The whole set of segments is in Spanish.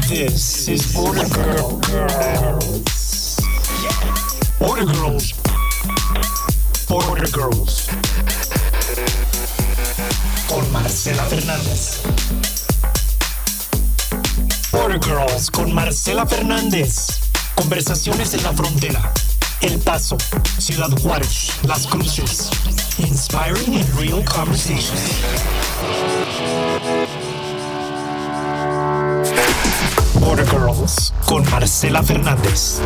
This is Border Girls. Border Girls. Border Girls. Con Marcela Fernández. Border Girls con Marcela Fernández. Conversaciones en la frontera. El Paso, Ciudad Juárez, Las Cruces. Inspiring and real conversations. Border Girls con Marcela Fernández.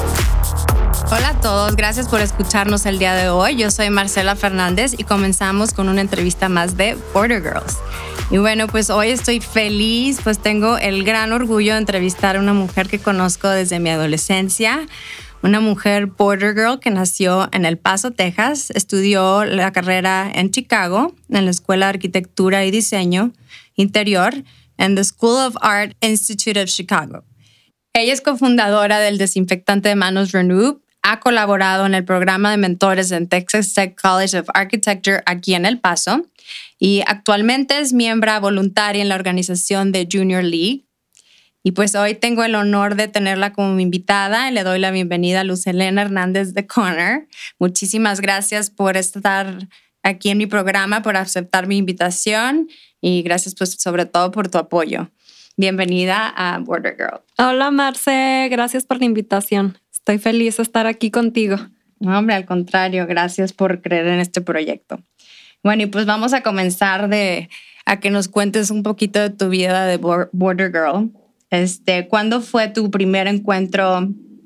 Hola a todos, gracias por escucharnos el día de hoy. Yo soy Marcela Fernández y comenzamos con una entrevista más de Border Girls. Y bueno, pues hoy estoy feliz, pues tengo el gran orgullo de entrevistar a una mujer que conozco desde mi adolescencia, una mujer Border Girl que nació en El Paso, Texas, estudió la carrera en Chicago, en la Escuela de Arquitectura y Diseño Interior, en the School of Art Institute of Chicago. Ella es cofundadora del desinfectante de manos Renew, ha colaborado en el programa de mentores en Texas Tech College of Architecture aquí en El Paso y actualmente es miembro voluntaria en la organización de Junior League. Y pues hoy tengo el honor de tenerla como mi invitada y le doy la bienvenida a Luz Helena Hernández de Conner. Muchísimas gracias por estar aquí en mi programa, por aceptar mi invitación y gracias pues sobre todo por tu apoyo. Bienvenida a Border Girl. Hola Marce, gracias por la invitación. Estoy feliz de estar aquí contigo. No, hombre, al contrario, gracias por creer en este proyecto. Bueno, y pues vamos a comenzar a que nos cuentes un poquito de tu vida de Border Girl. ¿Cuándo fue tu primer encuentro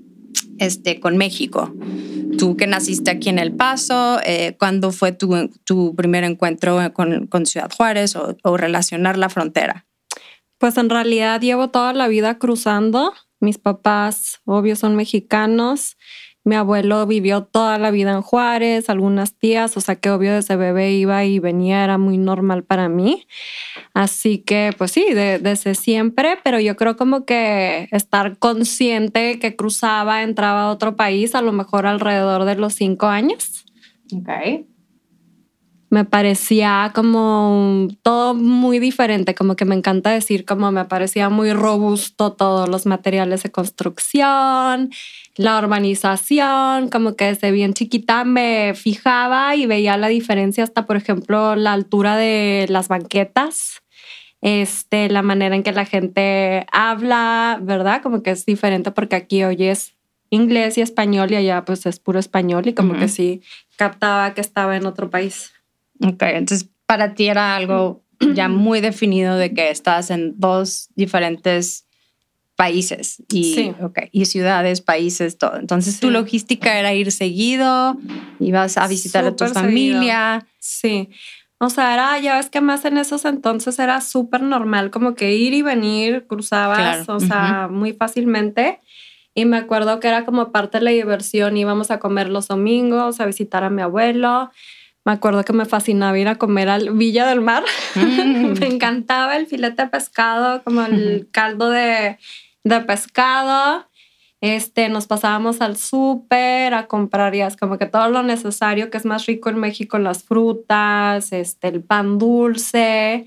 con México? Tú que naciste aquí en El Paso, ¿cuándo fue tu primer encuentro con Ciudad Juárez o relacionar la frontera? Pues en realidad llevo toda la vida cruzando. Mis papás, obvio, son mexicanos. Mi abuelo vivió toda la vida en Juárez, algunas tías, o sea que obvio desde bebé iba y venía, era muy normal para mí. Así que pues sí, desde siempre, pero yo creo como que estar consciente que cruzaba, entraba a otro país, a lo mejor alrededor de los 5 años. Okay. Me parecía como todo muy diferente, como que me encanta decir como me parecía muy robusto todos los materiales de construcción, la urbanización, como que desde bien chiquita me fijaba y veía la diferencia hasta, por ejemplo, la altura de las banquetas, la manera en que la gente habla, ¿verdad? Como que es diferente porque aquí oyes inglés y español y allá pues es puro español y como que sí captaba que estaba en otro país. Ok, entonces para ti era algo ya muy definido de que estabas en 2 diferentes países y, sí. Okay, y ciudades, países, todo. Entonces tu logística era ir seguido, ibas a visitar a tu familia. Seguido. Sí, o sea, ya ves que más en esos entonces era súper normal, como que ir y venir, cruzabas, claro. O sea, muy fácilmente. Y me acuerdo que era como parte de la diversión, íbamos a comer los domingos, a visitar a mi abuelo. Me acuerdo que me fascinaba ir a comer al Villa del Mar. Me encantaba el filete de pescado, como el caldo de pescado. Nos pasábamos al súper a comprar ya como que todo lo necesario que es más rico en México, las frutas, el pan dulce.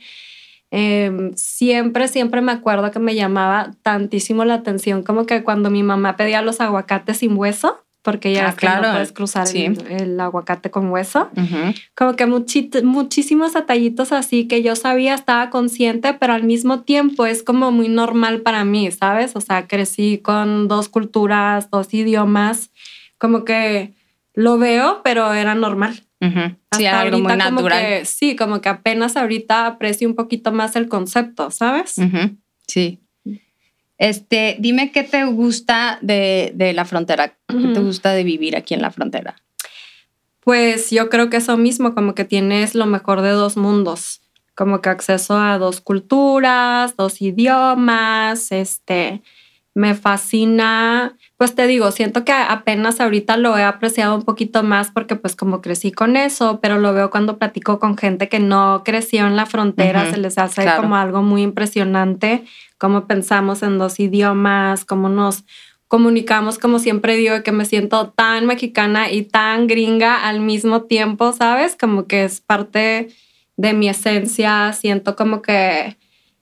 Siempre me acuerdo que me llamaba tantísimo la atención como que cuando mi mamá pedía los aguacates sin hueso, porque ya claro, no puedes cruzar el aguacate con hueso. Como que muchísimos detallitos así que yo sabía, estaba consciente, pero al mismo tiempo es como muy normal para mí, ¿sabes? O sea, crecí con 2 culturas, 2 idiomas, como que lo veo, pero era normal. Sí, algo muy natural. Como que apenas ahorita aprecio un poquito más el concepto, ¿sabes? Sí. Dime qué te gusta de la frontera, qué te gusta de vivir aquí en la frontera. Pues yo creo que eso mismo, como que tienes lo mejor de 2 mundos, como que acceso a 2 culturas, 2 idiomas, me fascina, pues te digo, siento que apenas ahorita lo he apreciado un poquito más porque pues como crecí con eso, pero lo veo cuando platico con gente que no creció en la frontera, se les hace como algo muy impresionante, cómo pensamos en 2 idiomas, cómo nos comunicamos, como siempre digo, que me siento tan mexicana y tan gringa al mismo tiempo, ¿sabes? Como que es parte de mi esencia, siento como que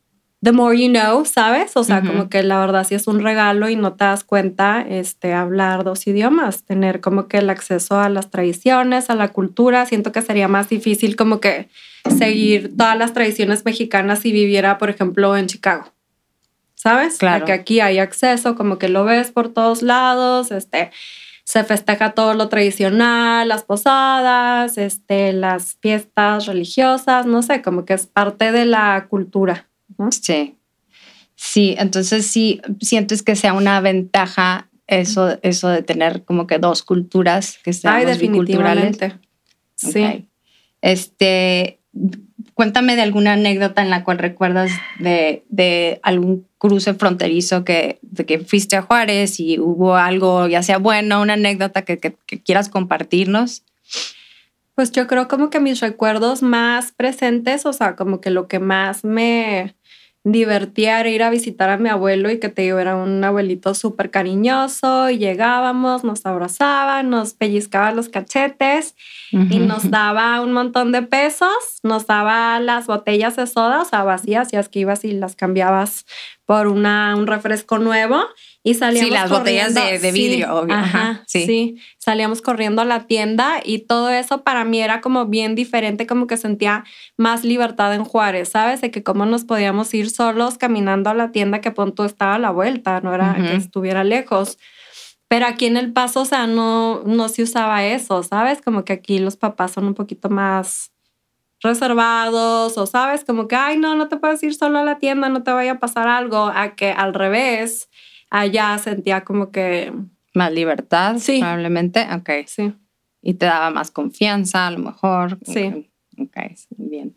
the more you know, ¿sabes? O sea, como que la verdad sí es un regalo y no te das cuenta hablar 2 idiomas, tener como que el acceso a las tradiciones, a la cultura. Siento que sería más difícil como que seguir todas las tradiciones mexicanas si viviera, por ejemplo, en Chicago, ¿sabes? Claro. Que aquí hay acceso, como que lo ves por todos lados, se festeja todo lo tradicional, las posadas, las fiestas religiosas, no sé, como que es parte de la cultura, ¿no? Sí. Sí, entonces sí sientes que sea una ventaja eso de tener como que 2 culturas que seamos biculturales. Sí. Okay. Cuéntame de alguna anécdota en la cual recuerdas de algún cruce fronterizo de que fuiste a Juárez y hubo algo, ya sea bueno, una anécdota que quieras compartirnos. Pues yo creo como que mis recuerdos más presentes, o sea, como que lo que más me divertía era ir a visitar a mi abuelo y que te digo, era un abuelito súper cariñoso y llegábamos, nos abrazaba, nos pellizcaba los cachetes y nos daba un montón de pesos, nos daba las botellas de soda, o sea, vacías, ya es que ibas y las cambiabas por un refresco nuevo y salíamos las botellas de vidrio, sí, obvio. Sí, salíamos corriendo a la tienda y todo eso para mí era como bien diferente, como que sentía más libertad en Juárez, ¿sabes? De que cómo nos podíamos ir solos caminando a la tienda que pronto estaba a la vuelta, no era que estuviera lejos. Pero aquí en El Paso, o sea, no se usaba eso, ¿sabes? Como que aquí los papás son un poquito más reservados o, ¿sabes? Como que, ay, no te puedes ir solo a la tienda, no te vaya a pasar algo. A que al revés, allá sentía como que... Más libertad, sí. Probablemente. Ok. Sí. Y te daba más confianza, a lo mejor. Sí. Ok, bien.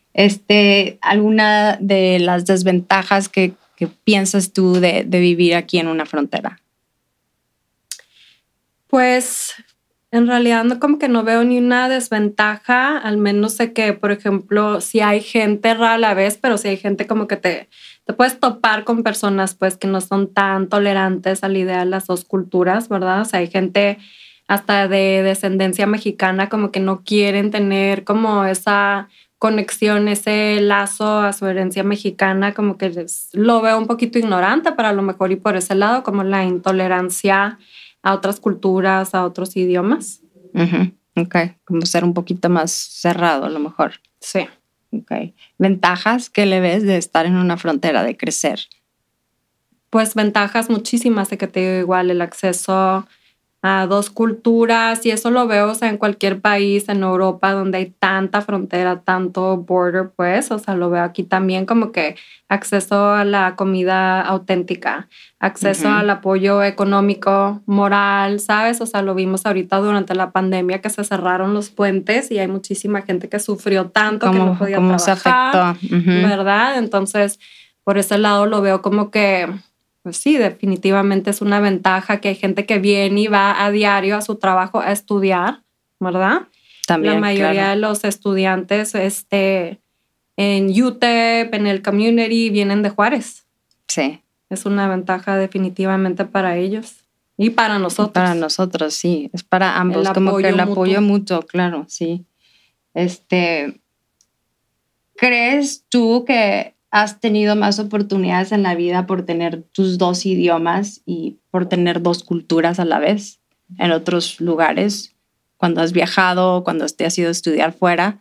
¿Alguna de las desventajas que piensas tú de vivir aquí en una frontera? Pues en realidad como que no veo ni una desventaja, al menos sé que, por ejemplo, si hay gente rara a la vez, pero si hay gente como que te puedes topar con personas pues que no son tan tolerantes a la idea de las 2 culturas, ¿verdad? O sea, hay gente hasta de descendencia mexicana como que no quieren tener como esa conexión, ese lazo a su herencia mexicana, como que lo veo un poquito ignorante, pero a lo mejor y por ese lado como la intolerancia a otras culturas, a otros idiomas. Ok, como ser un poquito más cerrado a lo mejor. Sí. Ok. ¿Ventajas que le ves de estar en una frontera, de crecer? Pues ventajas muchísimas, de que te digo igual el acceso a 2 culturas y eso lo veo, o sea, en cualquier país, en Europa, donde hay tanta frontera, tanto border, pues, o sea, lo veo aquí también como que acceso a la comida auténtica, acceso al apoyo económico, moral, ¿sabes? O sea, lo vimos ahorita durante la pandemia que se cerraron los puentes y hay muchísima gente que sufrió tanto que no podía trabajar, se afectó. ¿verdad? Entonces, por ese lado lo veo como que... Pues sí, definitivamente es una ventaja que hay gente que viene y va a diario a su trabajo a estudiar, ¿verdad? También, la mayoría de los estudiantes en UTEP, en el community, vienen de Juárez. Sí. Es una ventaja definitivamente para ellos y para nosotros. Para nosotros, sí. Es para ambos, como que el apoyo mutuo, claro, sí. ¿Crees tú que has tenido más oportunidades en la vida por tener tus 2 idiomas y por tener 2 culturas a la vez en otros lugares? Cuando has viajado, cuando te has ido a estudiar fuera.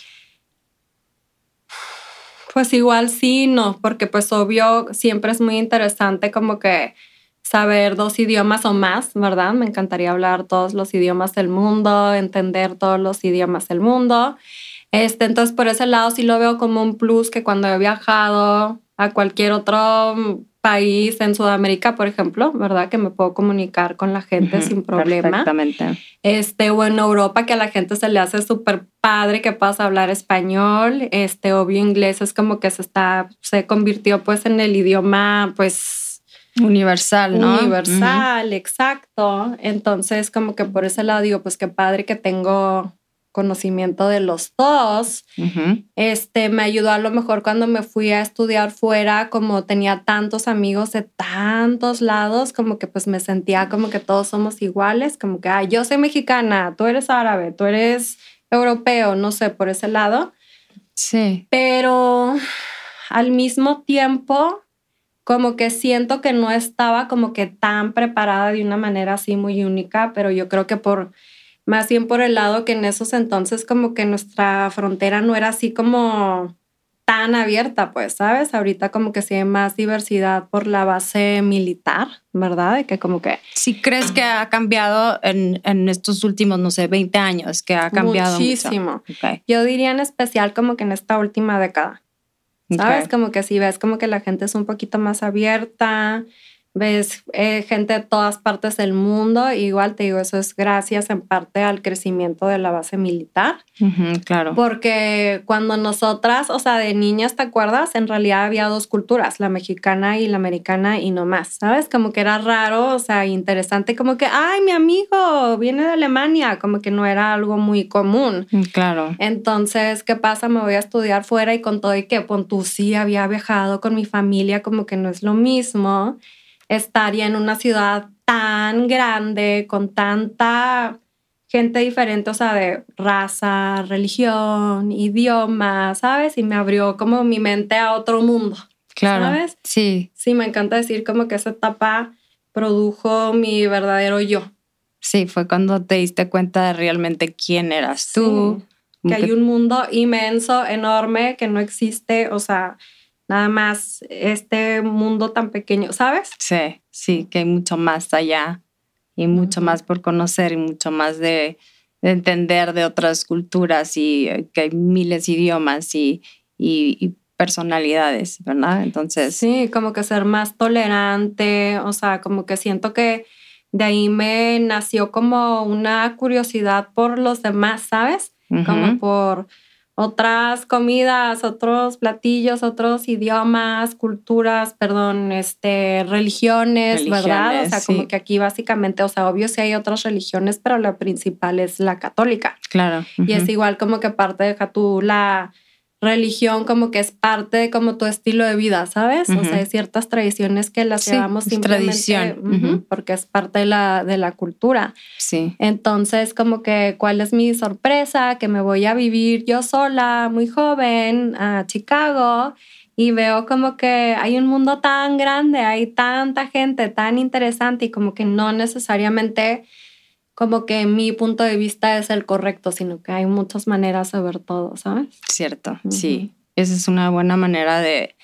Pues igual sí, no, porque pues obvio siempre es muy interesante como que saber 2 idiomas o más, ¿verdad? Me encantaría hablar todos los idiomas del mundo, entender todos los idiomas del mundo. Entonces, por ese lado sí lo veo como un plus, que cuando he viajado a cualquier otro país en Sudamérica, por ejemplo, ¿verdad? Que me puedo comunicar con la gente sin problema. Perfectamente. O en Europa, que a la gente se le hace súper padre que puedas hablar español. Obvio, inglés es como que se convirtió pues en el idioma pues... universal, ¿no? Universal, exacto. Entonces, como que por ese lado digo, pues qué padre que tengo conocimiento de los 2. Me ayudó a lo mejor cuando me fui a estudiar fuera, como tenía tantos amigos de tantos lados, como que pues me sentía como que todos somos iguales, como que yo soy mexicana, tú eres árabe, tú eres europeo, no sé, por ese lado. Sí. Pero al mismo tiempo como que siento que no estaba como que tan preparada de una manera así muy única, pero yo creo que más bien por el lado que en esos entonces como que nuestra frontera no era así como tan abierta, pues, ¿sabes? Ahorita como que sí hay más diversidad por la base militar, ¿verdad? De que como que... ¿Sí crees que ha cambiado en estos últimos, no sé, 20 años, que ha cambiado muchísimo? Mucho? Okay. Yo diría en especial como que en esta última década, ¿sabes? Okay. Como que sí ves como que la gente es un poquito más abierta, ves gente de todas partes del mundo. Igual te digo, eso es gracias en parte al crecimiento de la base militar. Claro. Porque cuando nosotras, o sea, de niñas, ¿te acuerdas? En realidad había dos culturas, la mexicana y la americana y no más, ¿sabes? Como que era raro, o sea, interesante, como que, ay, mi amigo viene de Alemania, como que no era algo muy común. Claro. Entonces, ¿qué pasa? Me voy a estudiar fuera y con todo y que, pon tú, sí había viajado con mi familia, como que no es lo mismo estaría en una ciudad tan grande, con tanta gente diferente, o sea, de raza, religión, idioma, ¿sabes? Y me abrió como mi mente a otro mundo, claro, ¿sabes? Sí. Sí, me encanta decir como que esa etapa produjo mi verdadero yo. Sí, fue cuando te diste cuenta de realmente quién eras tú. Sí, que hay un mundo inmenso, enorme, que no existe, o sea... Nada más este mundo tan pequeño, ¿sabes? Sí, que hay mucho más allá y mucho más por conocer y mucho más de entender de otras culturas y que hay miles de idiomas y personalidades, ¿verdad? Entonces... Sí, como que ser más tolerante, o sea, como que siento que de ahí me nació como una curiosidad por los demás, ¿sabes? Como por... otras comidas, otros platillos, otros idiomas, culturas, religiones, ¿verdad? O sea, como que aquí básicamente, o sea, obvio sí hay otras religiones, pero la principal es la católica. Claro. Y es igual como que parte de la religión como que es parte de como tu estilo de vida, ¿sabes? O sea, hay ciertas tradiciones que las llevamos simplemente tradición. Porque es parte de la cultura. Sí. Entonces, como que, ¿cuál es mi sorpresa? Que me voy a vivir yo sola, muy joven, a Chicago y veo como que hay un mundo tan grande, hay tanta gente tan interesante y como que no necesariamente como que mi punto de vista es el correcto, sino que hay muchas maneras de ver todo, ¿sabes? Cierto, sí. Esa es una buena manera de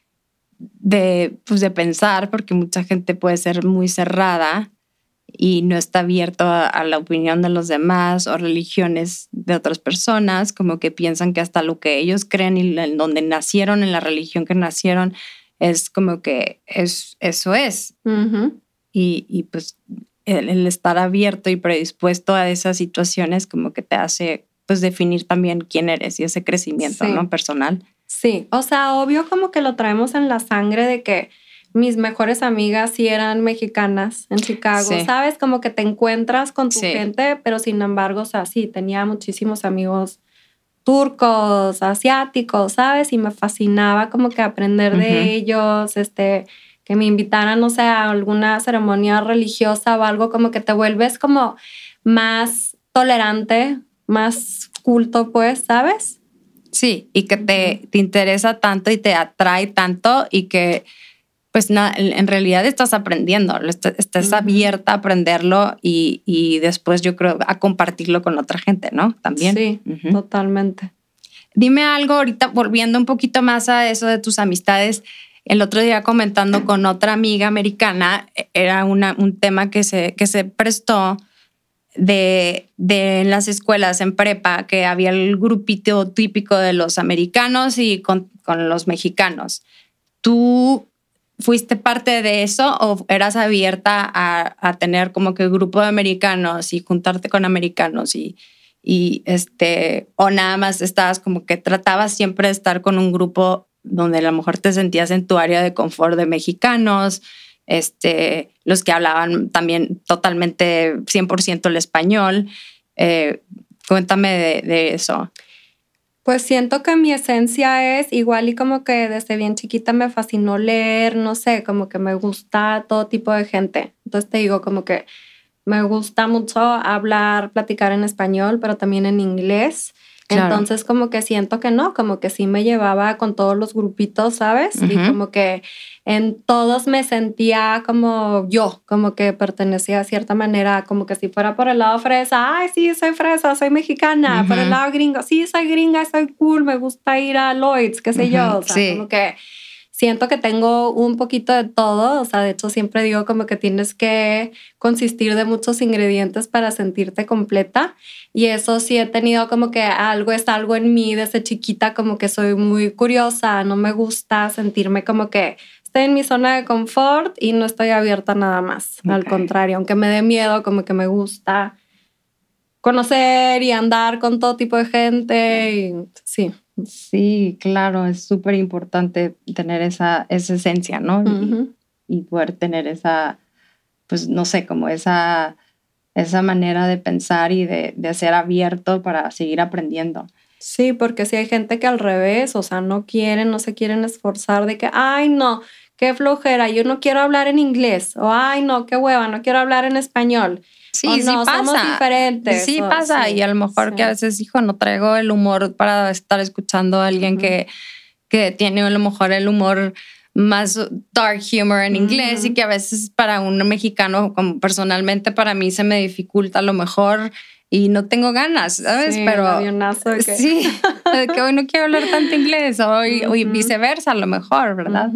pensar, porque mucha gente puede ser muy cerrada y no está abierto a la opinión de los demás o religiones de otras personas, como que piensan que hasta lo que ellos creen y en donde nacieron, en la religión que nacieron, es como que eso es. Y pues el estar abierto y predispuesto a esas situaciones como que te hace pues definir también quién eres y ese crecimiento, ¿no? Personal. Sí, o sea, obvio como que lo traemos en la sangre de que mis mejores amigas sí eran mexicanas en Chicago, ¿sabes? Como que te encuentras con tu gente, pero sin embargo, o sea, sí, tenía muchísimos amigos turcos, asiáticos, ¿sabes? Y me fascinaba como que aprender de ellos, que me invitaran, no sé, a alguna ceremonia religiosa o algo, como que te vuelves como más tolerante, más culto, pues, ¿sabes? Sí, y que te interesa tanto y te atrae tanto y que pues en realidad estás aprendiendo, estás abierta a aprenderlo y después yo creo a compartirlo con otra gente, ¿no? También. Sí, totalmente. Dime algo ahorita, volviendo un poquito más a eso de tus amistades. El otro día comentando con otra amiga americana, era un tema que se prestó de en las escuelas, en prepa, que había el grupito típico de los americanos y con los mexicanos. ¿Tú fuiste parte de eso o eras abierta a tener como que grupo de americanos y juntarte con americanos o nada más estabas como que tratabas siempre de estar con un grupo donde a lo mejor te sentías en tu área de confort de mexicanos, los que hablaban también totalmente 100% el español? Cuéntame de eso. Pues siento que mi esencia es igual y como que desde bien chiquita me fascinó leer, no sé, como que me gusta todo tipo de gente. Entonces te digo como que me gusta mucho hablar, platicar en español, pero también en inglés. Claro. Entonces como que siento que no, como que sí me llevaba con todos los grupitos, ¿sabes? Y como que en todos me sentía como yo, como que pertenecía de cierta manera, como que si fuera por el lado fresa, ay, sí, soy fresa, soy mexicana, por el lado gringo, sí, soy gringa, soy cool, me gusta ir a Lloyd's, qué sé yo, o sea, como que siento que tengo un poquito de todo, o sea, de hecho siempre digo como que tienes que consistir de muchos ingredientes para sentirte completa y eso sí he tenido como que algo en mí desde chiquita, como que soy muy curiosa, no me gusta sentirme como que estoy en mi zona de confort y no estoy abierta a nada más, al contrario, aunque me dé miedo, como que me gusta conocer y andar con todo tipo de gente y sí. Sí, claro, es súper importante tener esa esencia, ¿no? Y poder tener esa, pues no sé, como esa manera de pensar y de ser abierto para seguir aprendiendo. Sí, porque si hay gente que al revés, o sea, no se quieren esforzar de que, ay, no, qué flojera, yo no quiero hablar en inglés, o ay, no, qué hueva, no quiero hablar en español. Sí, o sí no, pasa. Somos diferentes. Sí pasa, y a lo mejor que a veces, hijo, no traigo el humor para estar escuchando a alguien que tiene a lo mejor el humor más dark humor en inglés y que a veces para un mexicano, como personalmente para mí se me dificulta a lo mejor y no tengo ganas, ¿sabes? Sí, pero avionazo de que... sí, de que hoy no quiero hablar tanto inglés o viceversa a lo mejor, ¿verdad?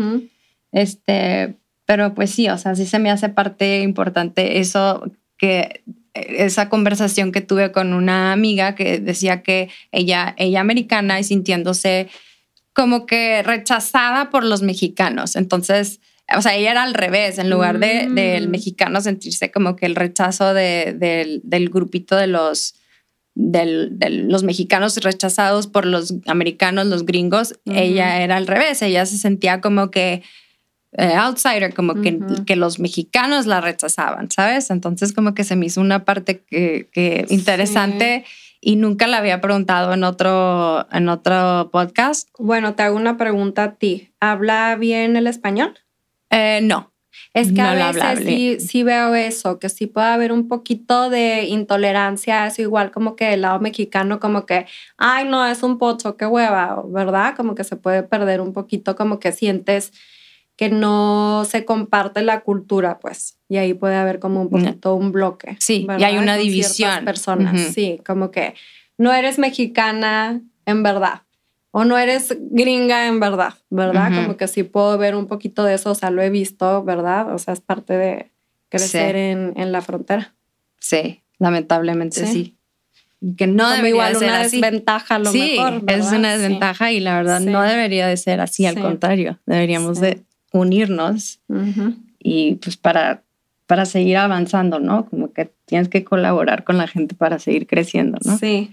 Pero pues sí, o sea, sí se me hace parte importante eso, que esa conversación que tuve con una amiga que decía que ella americana y sintiéndose como que rechazada por los mexicanos. Entonces, o sea, ella era al revés, en lugar del mexicano sentirse como que el rechazo del grupito de los mexicanos rechazados por los americanos, los gringos, ella era al revés, ella se sentía como que outsider, como que los mexicanos la rechazaban, ¿sabes? Entonces como que se me hizo una parte que interesante y nunca la había preguntado en otro podcast. Bueno, te hago una pregunta a ti. ¿Habla bien el español? No. Es que no a veces sí veo eso, que sí puede haber un poquito de intolerancia a eso, igual como que del lado mexicano, como que, ay, no, es un pocho, qué hueva, ¿verdad? Como que se puede perder un poquito, como que sientes que no se comparte la cultura, pues. Y ahí puede haber como un poquito un bloque. Sí, ¿verdad? y hay una con división. Ciertas personas, sí, como que no eres mexicana en verdad. O no eres gringa en verdad, ¿verdad? Como que sí puedo ver un poquito de eso, o sea, lo he visto, ¿verdad? O sea, es parte de crecer en la frontera. Sí, lamentablemente sí. Que no como debería igual de ser una así. Desventaja a lo mejor, ¿verdad? Es una desventaja y la verdad no debería de ser así, al contrario. Deberíamos de unirnos y pues para seguir avanzando, ¿no? Como que tienes que colaborar con la gente para seguir creciendo, ¿no? Sí.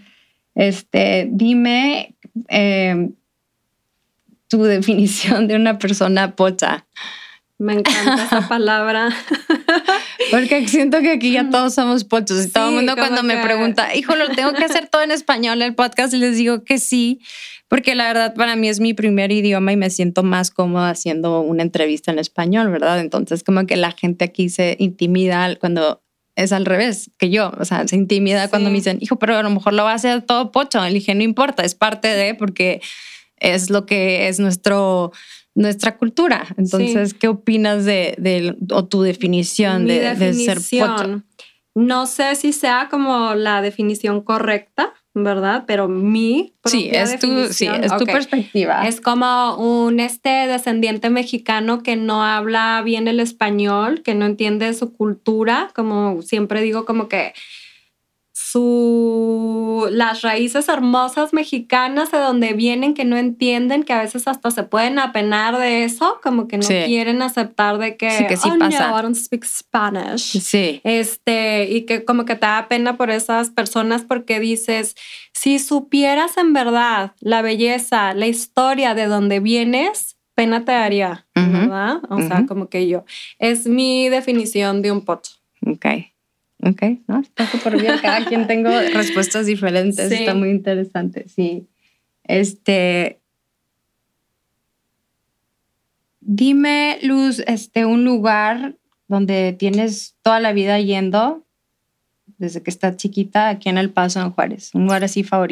Dime tu definición de una persona pocha. Me encanta esa palabra. Porque siento que aquí ya todos somos pochos. Y todo el mundo cuando me pregunta, hijo, ¿lo tengo que hacer todo en español el podcast? Y les digo que sí, porque la verdad para mí es mi primer idioma y me siento más cómoda haciendo una entrevista en español, ¿verdad? Entonces como que la gente aquí se intimida cuando es al revés que yo. O sea, se intimida cuando me dicen, hijo, pero a lo mejor lo va a hacer todo pocho. Le dije, no importa, es parte de, porque es lo que es nuestra cultura. Entonces, ¿qué opinas o tu definición de ser pocho? No sé si sea como la definición correcta, ¿verdad? Pero mi propia definición. Es tu perspectiva. Es como un descendiente mexicano que no habla bien el español, que no entiende su cultura, como siempre digo, como que las raíces hermosas mexicanas de donde vienen, que no entienden, que a veces hasta se pueden apenar de eso, como que no quieren aceptar de que, pasa. No, I don't speak Spanish. Sí. Y que como que te da pena por esas personas porque dices, si supieras en verdad la belleza, la historia de donde vienes, pena te daría, ¿verdad? O sea, como que es mi definición de un pocho. Ok, no, está súper bien. Cada quien tengo respuestas diferentes. Está muy interesante, sí. Dime, Luz, un lugar donde tienes toda la vida yendo, desde que estás chiquita, aquí en El Paso, en Juárez. Un lugar así favorito.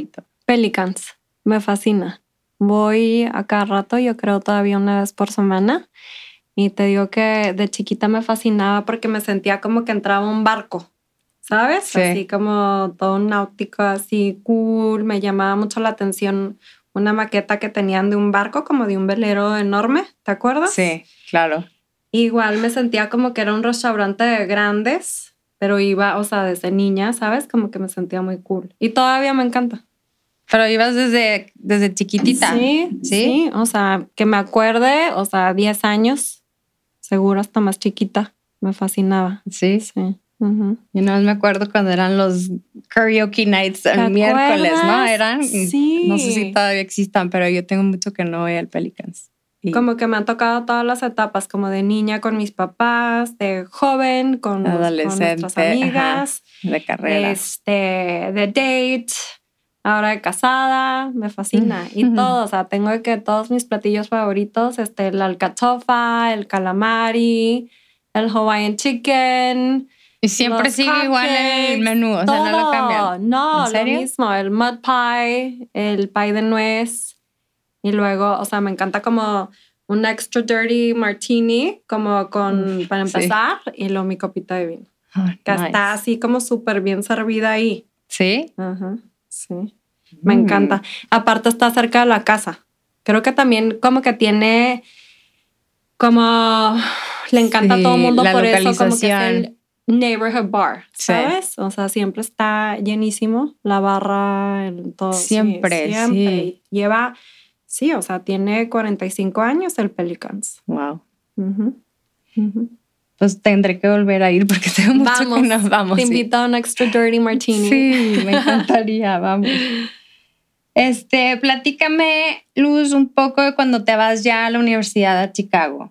Pelicans, me fascina. Voy a cada rato, yo creo todavía una vez por semana. Y te digo que de chiquita me fascinaba porque me sentía como que entraba un barco, ¿sabes? Sí. Así como todo náutico, así cool. Me llamaba mucho la atención una maqueta que tenían de un barco, como de un velero enorme, ¿te acuerdas? Sí, claro. Igual me sentía como que era un restaurante de grandes, pero iba, o sea, desde niña, ¿sabes? Como que me sentía muy cool. Y todavía me encanta. Pero ibas desde chiquitita. Sí, o sea, que me acuerde, o sea, 10 años, seguro hasta más chiquita, me fascinaba. Sí. Uh-huh. Yo no me acuerdo cuando eran los karaoke nights el miércoles, ¿no? Eran, sí. No sé si todavía existan, pero yo tengo mucho que no voy al Pelicans. Como que me han tocado todas las etapas, como de niña con mis papás, de joven con nuestras amigas, ajá, de carrera, de date, ahora de casada, me fascina. Y todo, o sea, tengo que todos mis platillos favoritos, la alcachofa, el calamari, el Hawaiian chicken. Y siempre sigue igual el menú, o sea, no lo cambian. No, lo mismo, el mud pie, el pie de nuez. Y luego, o sea, me encanta como un extra dirty martini, como para empezar, y luego mi copita de vino. Que está así como súper bien servida ahí. ¿Sí? Ajá, sí. Me encanta. Aparte está cerca de la casa. Creo que también como que tiene, como le encanta a todo el mundo por eso, como que es el neighborhood bar, ¿sabes? Sí. O sea, siempre está llenísimo la barra, todo. Siempre. Lleva... Sí, o sea, tiene 45 años el Pelicans. Wow. Uh-huh. Uh-huh. Pues tendré que volver a ir porque tengo mucho que nos vamos. Te invito a un extra dirty martini. Sí, me encantaría, vamos. Platícame, Luz, un poco de cuando te vas ya a la universidad a Chicago.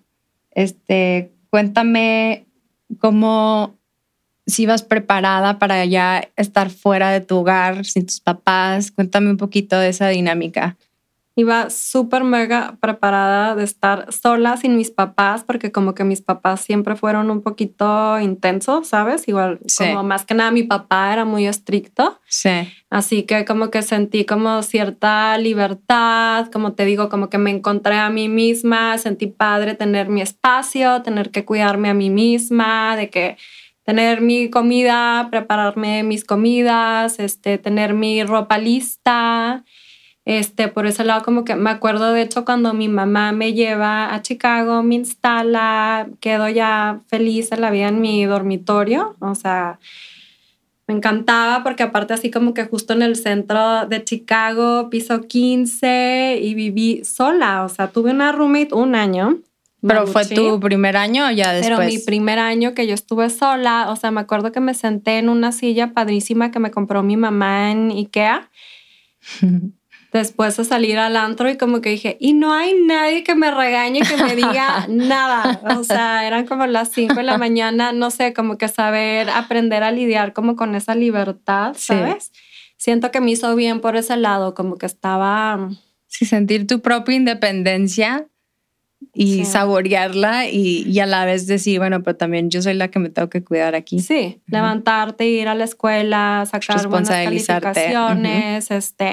Cuéntame cómo, si ibas preparada para ya estar fuera de tu hogar, sin tus papás. Cuéntame un poquito de esa dinámica. Iba súper mega preparada de estar sola sin mis papás, porque como que mis papás siempre fueron un poquito intensos, ¿sabes? Igual, como más que nada mi papá era muy estricto. Sí. Así que como que sentí como cierta libertad, como te digo, como que me encontré a mí misma, sentí padre tener mi espacio, tener que cuidarme a mí misma, de que tener mi comida, prepararme mis comidas, tener mi ropa lista. Por ese lado como que me acuerdo de hecho cuando mi mamá me lleva a Chicago, me instala, quedo ya feliz en la vida en mi dormitorio, o sea, me encantaba porque aparte así como que justo en el centro de Chicago, piso 15 y viví sola, o sea, tuve una roommate un año. ¿Pero fue tu primer año o ya después? Pero mi primer año que yo estuve sola, o sea, me acuerdo que me senté en una silla padrísima que me compró mi mamá en IKEA. Después de salir al antro y como que dije, y no hay nadie que me regañe, que me diga nada. O sea, eran como las 5 de la mañana, no sé, como que aprender a lidiar como con esa libertad, ¿sabes? Sí. Siento que me hizo bien por ese lado, como que estaba... Sí, sentir tu propia independencia y saborearla y a la vez decir, bueno, pero también yo soy la que me tengo que cuidar aquí. Sí, levantarte, ir a la escuela, sacar buenas calificaciones,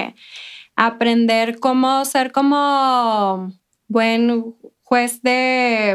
aprender cómo ser como buen juez de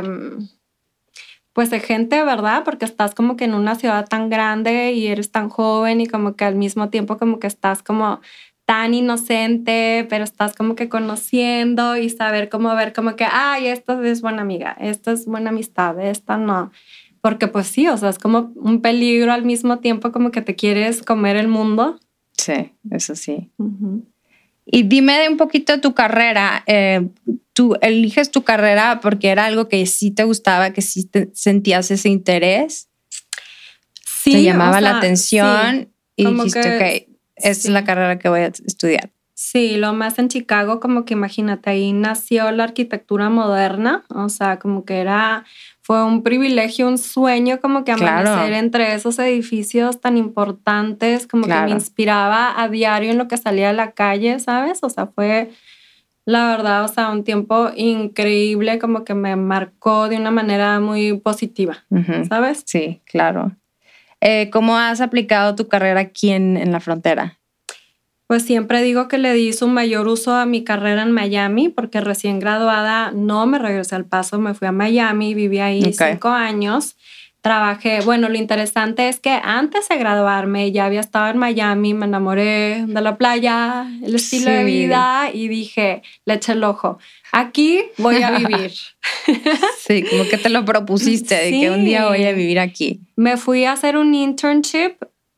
gente, ¿verdad? Porque estás como que en una ciudad tan grande y eres tan joven y como que al mismo tiempo como que estás como tan inocente, pero estás como que conociendo y saber cómo ver como que, ay, esta es buena amiga, esta es buena amistad, esta no. Porque pues sí, o sea, es como un peligro al mismo tiempo como que te quieres comer el mundo. Sí, eso sí. Uh-huh. Y dime de un poquito de tu carrera. ¿Tú eliges tu carrera porque era algo que sí te gustaba, que sí sentías ese interés? Sí. ¿Te llamaba la atención? Sí. Y dijiste, ok, esta es la carrera que voy a estudiar. Sí, lo más en Chicago, como que imagínate, ahí nació la arquitectura moderna. O sea, como que fue un privilegio, un sueño, como que amanecer entre esos edificios tan importantes, como que me inspiraba a diario en lo que salía de la calle, ¿sabes? O sea, fue la verdad, o sea, un tiempo increíble, como que me marcó de una manera muy positiva, ¿sabes? Sí, claro. ¿Cómo has aplicado tu carrera aquí en la frontera? Pues siempre digo que le di su mayor uso a mi carrera en Miami, porque recién graduada no me regresé al Paso, me fui a Miami, viví ahí 5 años. Trabajé, bueno, lo interesante es que antes de graduarme ya había estado en Miami, me enamoré de la playa, el estilo de vida y dije, le eché el ojo. Aquí voy a vivir. Sí, como que te lo propusiste, de que un día voy a vivir aquí. Me fui a hacer un internship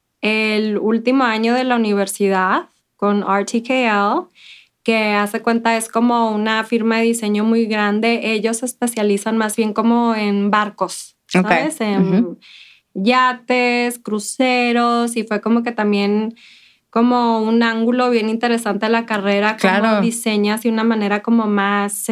el último año de la universidad con RTKL, que hace cuenta es como una firma de diseño muy grande. Ellos se especializan más bien como en barcos, ¿sabes? En yates, cruceros, y fue como que también como un ángulo bien interesante de la carrera, como diseñas de una manera como más,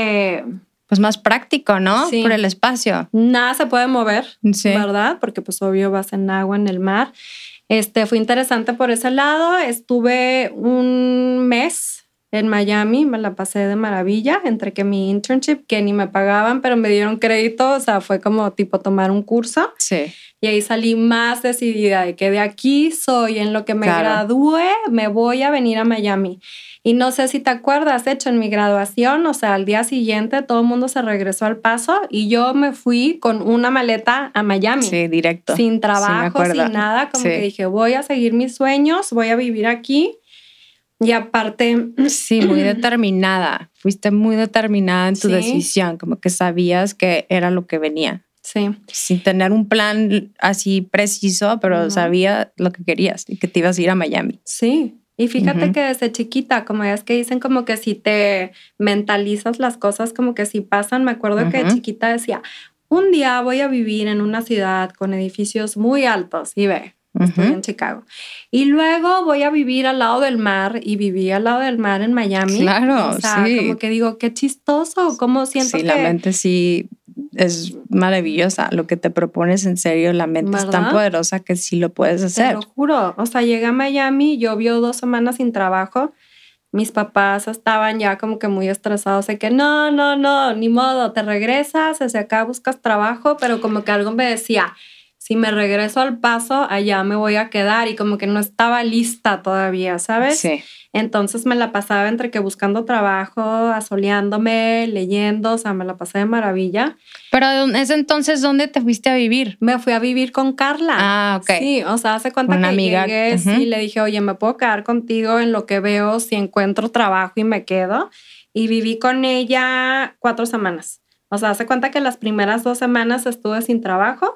pues más práctico, ¿no? Sí. Por el espacio. Nada se puede mover, ¿verdad? Porque pues obvio vas en agua, en el mar. Fue interesante por ese lado. Estuve un mes en Miami, me la pasé de maravilla, entre que mi internship, que ni me pagaban, pero me dieron crédito, o sea, fue como tipo tomar un curso. Sí. Y ahí salí más decidida de que de aquí soy, en lo que me gradué, me voy a venir a Miami. Y no sé si te acuerdas, de hecho, en mi graduación, o sea, al día siguiente todo el mundo se regresó al Paso y yo me fui con una maleta a Miami. Sí, directo. Sin trabajo, sin nada, como que dije, voy a seguir mis sueños, voy a vivir aquí. Y aparte... Sí, muy determinada. Fuiste muy determinada en tu decisión, como que sabías que era lo que venía. Sí. Sin tener un plan así preciso, pero sabía lo que querías y que te ibas a ir a Miami. Sí. Y fíjate que desde chiquita, como es que dicen como que si te mentalizas las cosas como que si pasan, me acuerdo que de chiquita decía, un día voy a vivir en una ciudad con edificios muy altos y ve, estoy en Chicago. Y luego voy a vivir al lado del mar y viví al lado del mar en Miami. Claro, o sea, como que digo, qué chistoso, cómo siento que... Sí, la mente sí es maravillosa. Lo que te propones en serio, la mente es tan poderosa que sí lo puedes hacer. Te lo juro. O sea, llegué a Miami, llovió 2 semanas sin trabajo. Mis papás estaban ya como que muy estresados de que no, ni modo, te regresas, desde acá buscas trabajo, pero como que algo me decía, si me regreso al Paso, allá me voy a quedar y como que no estaba lista todavía, ¿sabes? Sí. Entonces me la pasaba entre que buscando trabajo, asoleándome, leyendo, o sea, me la pasé de maravilla. Pero en ese entonces, ¿dónde te fuiste a vivir? Me fui a vivir con Carla. Ah, ok. Sí, o sea, hace cuenta una que amiga. Llegué, sí, le dije, oye, ¿me puedo quedar contigo en lo que veo si encuentro trabajo y me quedo? Y viví con ella 4 semanas. O sea, hace cuenta que las primeras 2 semanas estuve sin trabajo.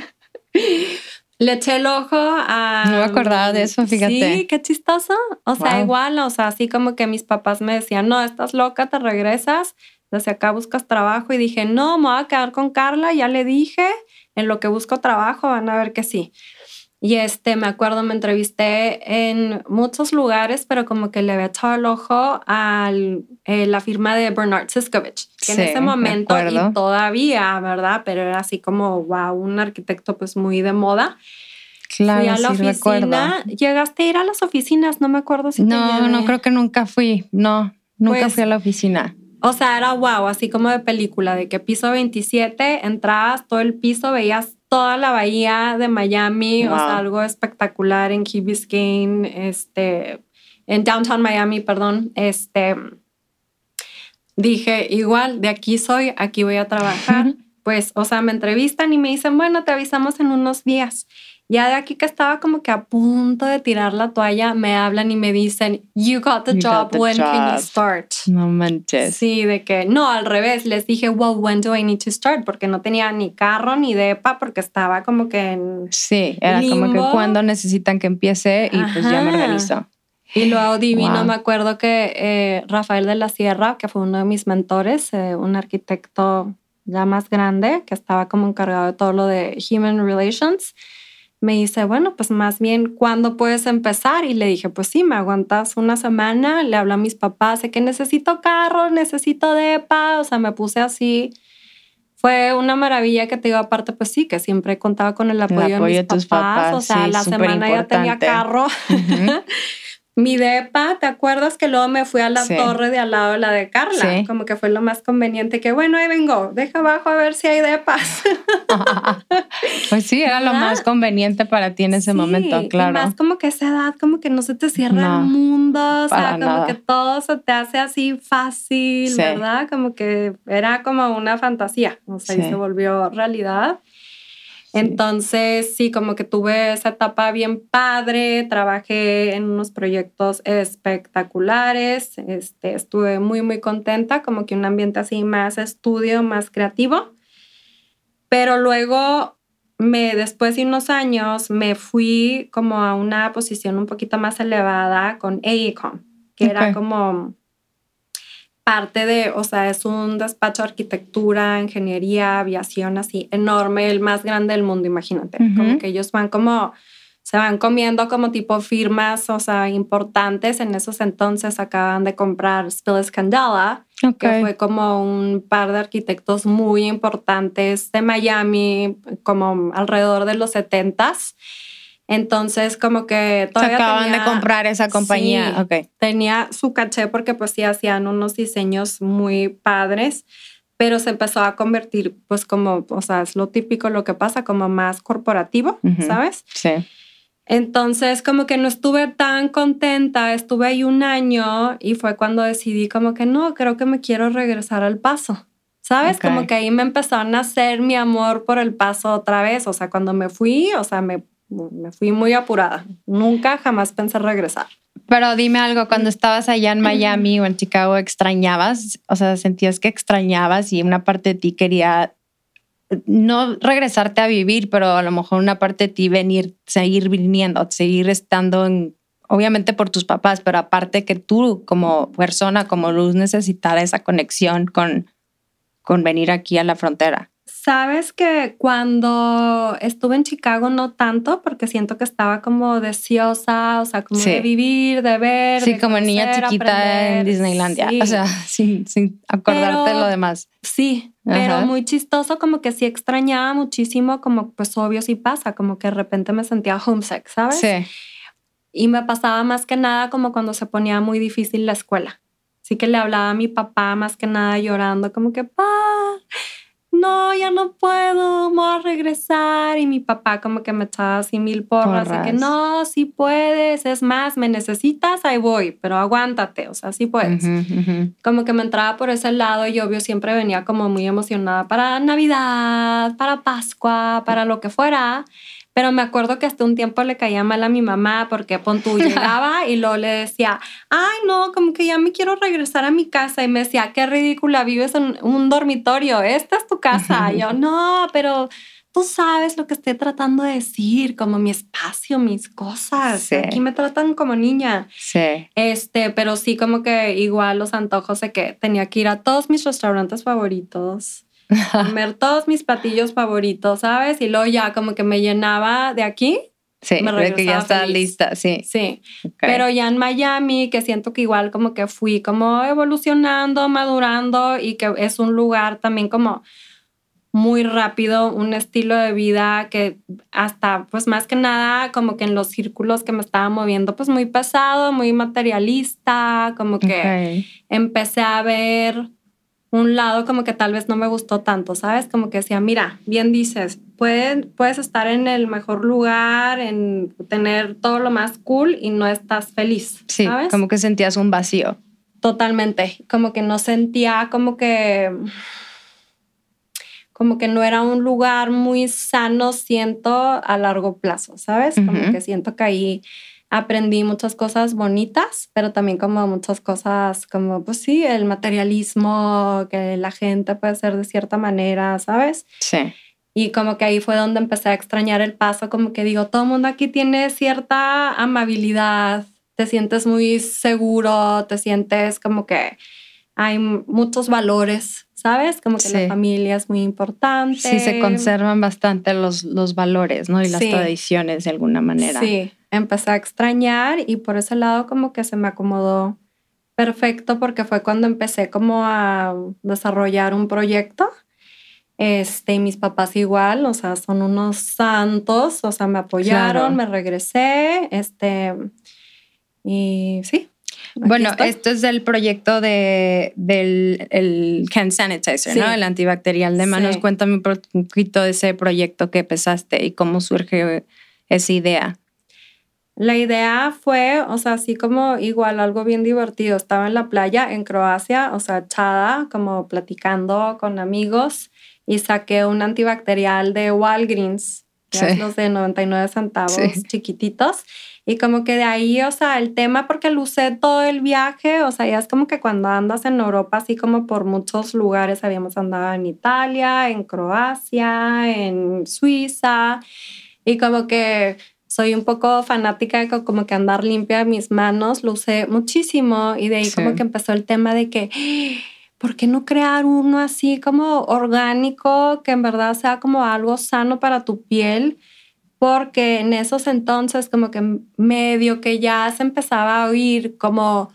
Le eché el ojo a... No me acordaba de eso, fíjate. Sí, qué chistoso. O sea, igual, o sea, así como que mis papás me decían, no, estás loca, te regresas, desde acá buscas trabajo. Y dije, no, me voy a quedar con Carla, ya le dije, en lo que busco trabajo, van a ver que sí. Y me acuerdo, me entrevisté en muchos lugares, pero como que le había echado el ojo a la firma de Bernard Siskovich, que en ese momento y todavía, ¿verdad? Pero era así como, wow, un arquitecto pues muy de moda. Claro, fui a la oficina. Recuerdo. ¿Llegaste a ir a las oficinas? No me acuerdo si No, creo que nunca fui. No, nunca fui a la oficina. O sea, era wow, así como de película, de que piso 27, entrabas todo el piso, veías toda la bahía de Miami, o sea, algo espectacular en Key Biscayne, en Downtown Miami, perdón. Dije, igual, de aquí soy, aquí voy a trabajar. Pues, o sea, me entrevistan y me dicen, bueno, te avisamos en unos días. Ya de aquí que estaba como que a punto de tirar la toalla, me hablan y me dicen, you got the job, when can you start? No manches. Sí, de que, no, al revés, les dije, well, when do I need to start? Porque no tenía ni carro ni depa, porque estaba como que en sí, era limbo. Como que cuando necesitan que empiece y pues ya me organizo. Y luego divino, me acuerdo que Rafael de la Sierra, que fue uno de mis mentores, un arquitecto ya más grande, que estaba como encargado de todo lo de Human Relations, me dice, bueno, pues más bien, ¿cuándo puedes empezar? Y le dije, pues sí, me aguantas una semana. Le hablé a mis papás de que necesito carro, necesito depa. O sea, me puse así. Fue una maravilla que te digo, aparte, pues sí, que siempre contaba con el apoyo de mis papás. O sea, sí, la semana ya tenía carro. Mi depa, ¿te acuerdas que luego me fui a la torre de al lado de la de Carla? Sí. Como que fue lo más conveniente que, bueno, ahí vengo, deja abajo a ver si hay depas. Pues sí, era lo más conveniente para ti en ese momento, claro. Y más como que esa edad, como que no se te cierra el mundo, o sea, como que todo se te hace así fácil, ¿verdad? Como que era como una fantasía, o sea, y se volvió realidad. Entonces, sí, como que tuve esa etapa bien padre, trabajé en unos proyectos espectaculares, estuve muy, muy contenta, como que un ambiente así más estudio, más creativo. Pero luego, después de unos años, me fui como a una posición un poquito más elevada con AECOM, que era como parte de, o sea, es un despacho de arquitectura, ingeniería, aviación, así enorme, el más grande del mundo, imagínate. Como que ellos se van comiendo como tipo firmas, o sea, importantes. En esos entonces acaban de comprar Spill Scandala, que fue como un par de arquitectos muy importantes de Miami, como alrededor de los 70s. Entonces, como que todavía se acaban de comprar esa compañía. Sí, tenía su caché porque pues sí hacían unos diseños muy padres, pero se empezó a convertir pues como, o sea, es lo típico, lo que pasa, como más corporativo, ¿sabes? Sí. Entonces, como que no estuve tan contenta, estuve ahí un año y fue cuando decidí como que no, creo que me quiero regresar al Paso. ¿Sabes? Como que ahí me empezó a nacer mi amor por el Paso otra vez. O sea, cuando me fui, o sea, me fui muy apurada. Nunca, jamás pensé regresar. Pero dime algo, cuando estabas allá en Miami o en Chicago, ¿extrañabas? O sea, ¿sentías que extrañabas y una parte de ti quería no regresarte a vivir, pero a lo mejor una parte de ti seguir viniendo, seguir estando obviamente por tus papás, pero aparte que tú como persona, como Luz, necesitara esa conexión con venir aquí a la frontera? Sabes que cuando estuve en Chicago no tanto, porque siento que estaba como deseosa, o sea, como de vivir, de ver. Sí, de como conocer, niña chiquita aprender. en Disneylandia, o sea, sin acordarte de lo demás. Sí, pero muy chistoso, como que sí extrañaba muchísimo, como pues obvio sí pasa, como que de repente me sentía homesick, ¿sabes? Sí. Y me pasaba más que nada como cuando se ponía muy difícil la escuela. Así que le hablaba a mi papá más que nada llorando, como que, pa, no, ya no puedo, voy a regresar. Y mi papá como que me echaba así 1000 porras de que no, sí puedes, es más, me necesitas, ahí voy, pero aguántate, o sea, sí puedes. Como que me entraba por ese lado y obvio siempre venía como muy emocionada para Navidad, para Pascua, para lo que fuera. Pero me acuerdo que hasta un tiempo le caía mal a mi mamá porque pon tú llegaba y luego le decía, ay no, como que ya me quiero regresar a mi casa. Y me decía, qué ridícula, vives en un dormitorio, esta es tu casa. Y yo, no, pero tú sabes lo que estoy tratando de decir, como mi espacio, mis cosas. Sí. Aquí me tratan como niña. Sí. Pero sí, como que igual los antojos de que tenía que ir a todos mis restaurantes favoritos, comer todos mis platillos favoritos, ¿sabes? Y luego ya como que me llenaba de aquí. Sí, de que ya está lista, sí. Sí, pero ya en Miami, que siento que igual como que fui como evolucionando, madurando y que es un lugar también como muy rápido, un estilo de vida que hasta pues más que nada como que en los círculos que me estaba moviendo pues muy pesado, muy materialista, como que empecé a ver un lado como que tal vez no me gustó tanto, ¿sabes? Como que decía, mira, bien dices, puedes estar en el mejor lugar, en tener todo lo más cool y no estás feliz, ¿sabes? Sí, como que sentías un vacío. Totalmente, como que no sentía como que no era un lugar muy sano, siento, a largo plazo, ¿sabes? Como que siento que ahí aprendí muchas cosas bonitas, pero también como muchas cosas como, pues sí, el materialismo, que la gente puede ser de cierta manera, ¿sabes? Sí. Y como que ahí fue donde empecé a extrañar el Paso, como que digo, todo el mundo aquí tiene cierta amabilidad, te sientes muy seguro, te sientes como que hay muchos valores, ¿sabes? Como que la familia es muy importante. Sí, se conservan bastante los valores, ¿no? Y las tradiciones de alguna manera. Sí, empecé a extrañar y por ese lado como que se me acomodó perfecto porque fue cuando empecé como a desarrollar un proyecto. Y mis papás igual, o sea, son unos santos, o sea, me apoyaron, me regresé, Y sí. Bueno, esto es el proyecto del hand sanitizer, sí, ¿no? El antibacterial de manos. Sí. Cuéntame un poquito de ese proyecto que empezaste y cómo surge esa idea. La idea fue, o sea, así como igual algo bien divertido. Estaba en la playa en Croacia, o sea, echada, como platicando con amigos, y saqué un antibacterial de Walgreens, que es los de 99 centavos, sí, chiquititos. Y como que de ahí, o sea, el tema, porque lo usé todo el viaje, o sea, ya es como que cuando andas en Europa, así como por muchos lugares, habíamos andado en Italia, en Croacia, en Suiza, y como que soy un poco fanática de como que andar limpia mis manos, lo usé muchísimo, y de ahí como que empezó el tema de que, ¿por qué no crear uno así como orgánico, que en verdad sea como algo sano para tu piel? Porque en esos entonces como que medio que ya se empezaba a oír como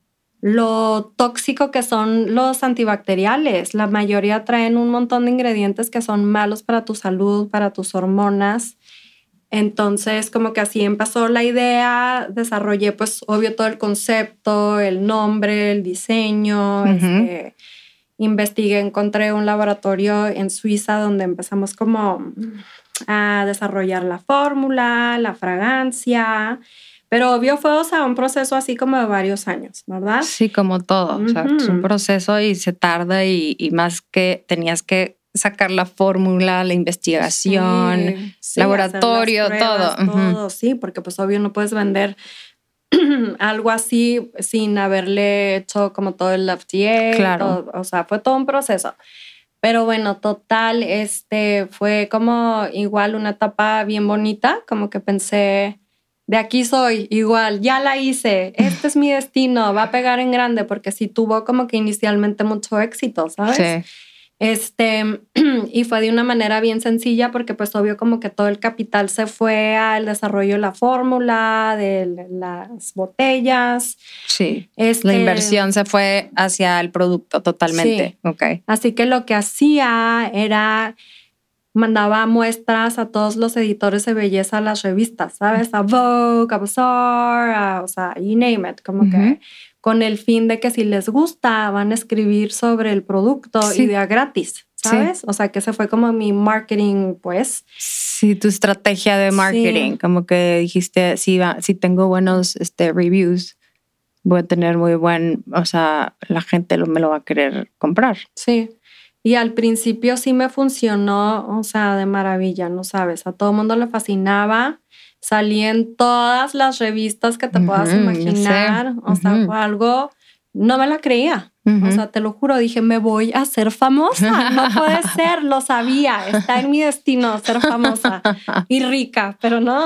lo tóxico que son los antibacteriales. La mayoría traen un montón de ingredientes que son malos para tu salud, para tus hormonas. Entonces como que así empezó la idea, desarrollé pues obvio todo el concepto, el nombre, el diseño, investigué, encontré un laboratorio en Suiza donde empezamos como a desarrollar la fórmula, la fragancia, pero obvio fue, o sea, un proceso así como de varios años, ¿verdad? Sí, como todo, o sea, es un proceso y se tarda y más que tenías que sacar la fórmula, la investigación, sí, laboratorio, pruebas, todo, sí, porque pues obvio no puedes vender algo así sin haberle hecho como todo el FDA, claro. Todo, o sea, fue todo un proceso. Pero bueno, total, fue como igual una etapa bien bonita, como que pensé, de aquí soy, igual, ya la hice, este es mi destino, va a pegar en grande, porque sí tuvo como que inicialmente mucho éxito, ¿sabes? Sí. Y fue de una manera bien sencilla porque pues obvio como que todo el capital se fue al desarrollo de la fórmula, de las botellas. Sí, la inversión se fue hacia el producto totalmente. Sí. Okay. Así que lo que hacía era mandaba muestras a todos los editores de belleza a las revistas, ¿sabes? A Vogue, a Bazaar, o sea, you name it, como que con el fin de que si les gusta van a escribir sobre el producto y de a gratis, ¿sabes? Sí. O sea, que ese fue como mi marketing, pues. Sí, tu estrategia de marketing, como que dijiste, si tengo buenos reviews, voy a tener muy buen, o sea, la gente me lo va a querer comprar. Sí. Y al principio sí me funcionó, o sea, de maravilla, ¿no sabes? A todo el mundo le fascinaba. Salí en todas las revistas que te puedas imaginar. O sea, fue algo... No me la creía. O sea, te lo juro. Dije, me voy a hacer famosa. No puede ser. Lo sabía. Está en mi destino ser famosa. Y rica, pero no.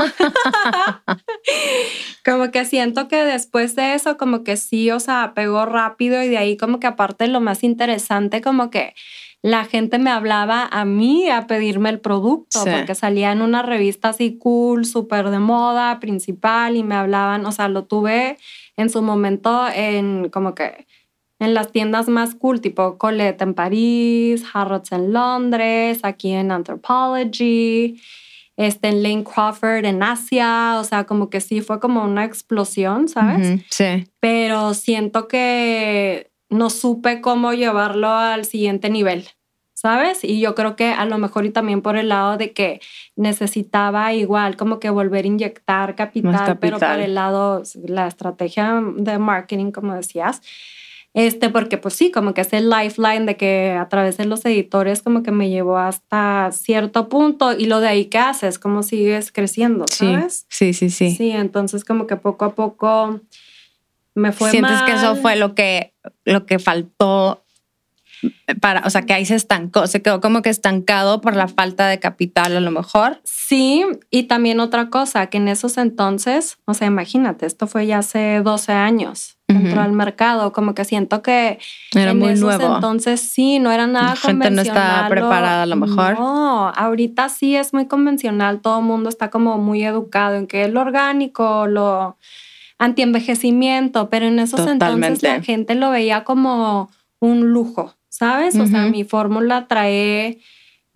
Como que siento que después de eso, como que sí, o sea, pegó rápido. Y de ahí como que aparte lo más interesante, como que la gente me hablaba a mí a pedirme el producto, porque salía en una revista así cool, súper de moda, principal, y me hablaban, o sea, lo tuve en su momento en como que en las tiendas más cool, tipo Colette en París, Harrods en Londres, aquí en Anthropology, en Lane Crawford en Asia, o sea, como que sí fue como una explosión, ¿sabes? Sí. Pero siento que no supe cómo llevarlo al siguiente nivel, ¿sabes? Y yo creo que a lo mejor y también por el lado de que necesitaba igual como que volver a inyectar capital. Pero por el lado, la estrategia de marketing, como decías, porque pues sí, como que es el lifeline de que a través de los editores como que me llevó hasta cierto punto y lo de ahí ¿qué haces? ¿Cómo sigues creciendo? ¿Sabes? Sí. Sí, entonces como que poco a poco me fue ¿Sientes mal. que eso fue lo que faltó o sea, que ahí se estancó, se quedó como que estancado por la falta de capital a lo mejor? Sí, y también otra cosa, que en esos entonces, o sea, imagínate, esto fue ya hace 12 años, entró al mercado, como que siento que era en muy esos nuevo. Entonces sí, no era nada convencional. La gente no estaba preparada a lo mejor. No, ahorita sí es muy convencional, todo el mundo está como muy educado en que es lo orgánico, lo antienvejecimiento, pero en esos entonces la gente lo veía como un lujo, ¿sabes? O sea, mi fórmula trae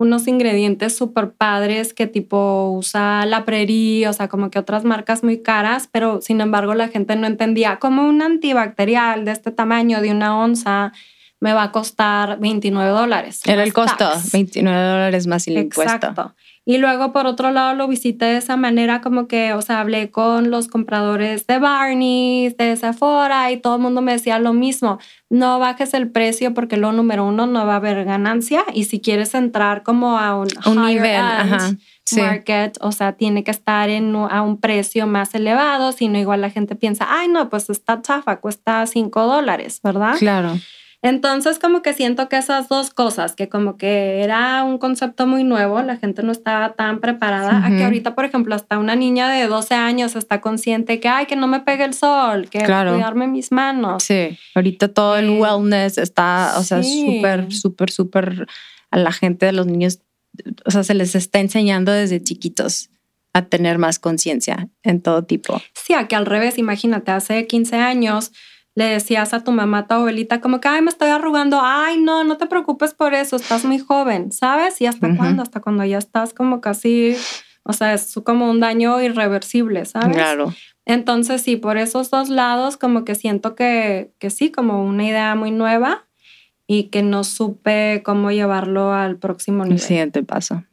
unos ingredientes súper padres que tipo usa La Prairie, o sea, como que otras marcas muy caras, pero sin embargo la gente no entendía cómo un antibacterial de este tamaño de 1 onza me va a costar $29. Era el costo, $29 más el impuesto. Exacto. Y luego, por otro lado, lo visité de esa manera, como que, o sea, hablé con los compradores de Barney's, de Sephora, y todo el mundo me decía lo mismo. No bajes el precio porque lo número uno, no va a haber ganancia. Y si quieres entrar como a un nivel, market, o sea, tiene que estar a un precio más elevado, si no igual la gente piensa, ay, no, pues está chafa, cuesta $5, ¿verdad? Claro. Entonces, como que siento que esas dos cosas, que como que era un concepto muy nuevo, la gente no estaba tan preparada, a que ahorita, por ejemplo, hasta una niña de 12 años está consciente que, ay, que no me pegue el sol, que cuidarme mis manos. Sí, ahorita todo el wellness está, o sea, súper, a la gente de los niños, o sea, se les está enseñando desde chiquitos a tener más conciencia en todo tipo. Sí, aquí al revés, imagínate, hace 15 años... le decías a tu mamá, a tu abuelita, como que, ay, me estoy arrugando. Ay, no te preocupes por eso, estás muy joven, ¿sabes? ¿Y hasta cuándo? Hasta cuando ya estás como casi, o sea, es como un daño irreversible, ¿sabes? Claro. Entonces, sí, por esos dos lados, como que siento que sí, como una idea muy nueva y que no supe cómo llevarlo al próximo nivel. El siguiente paso.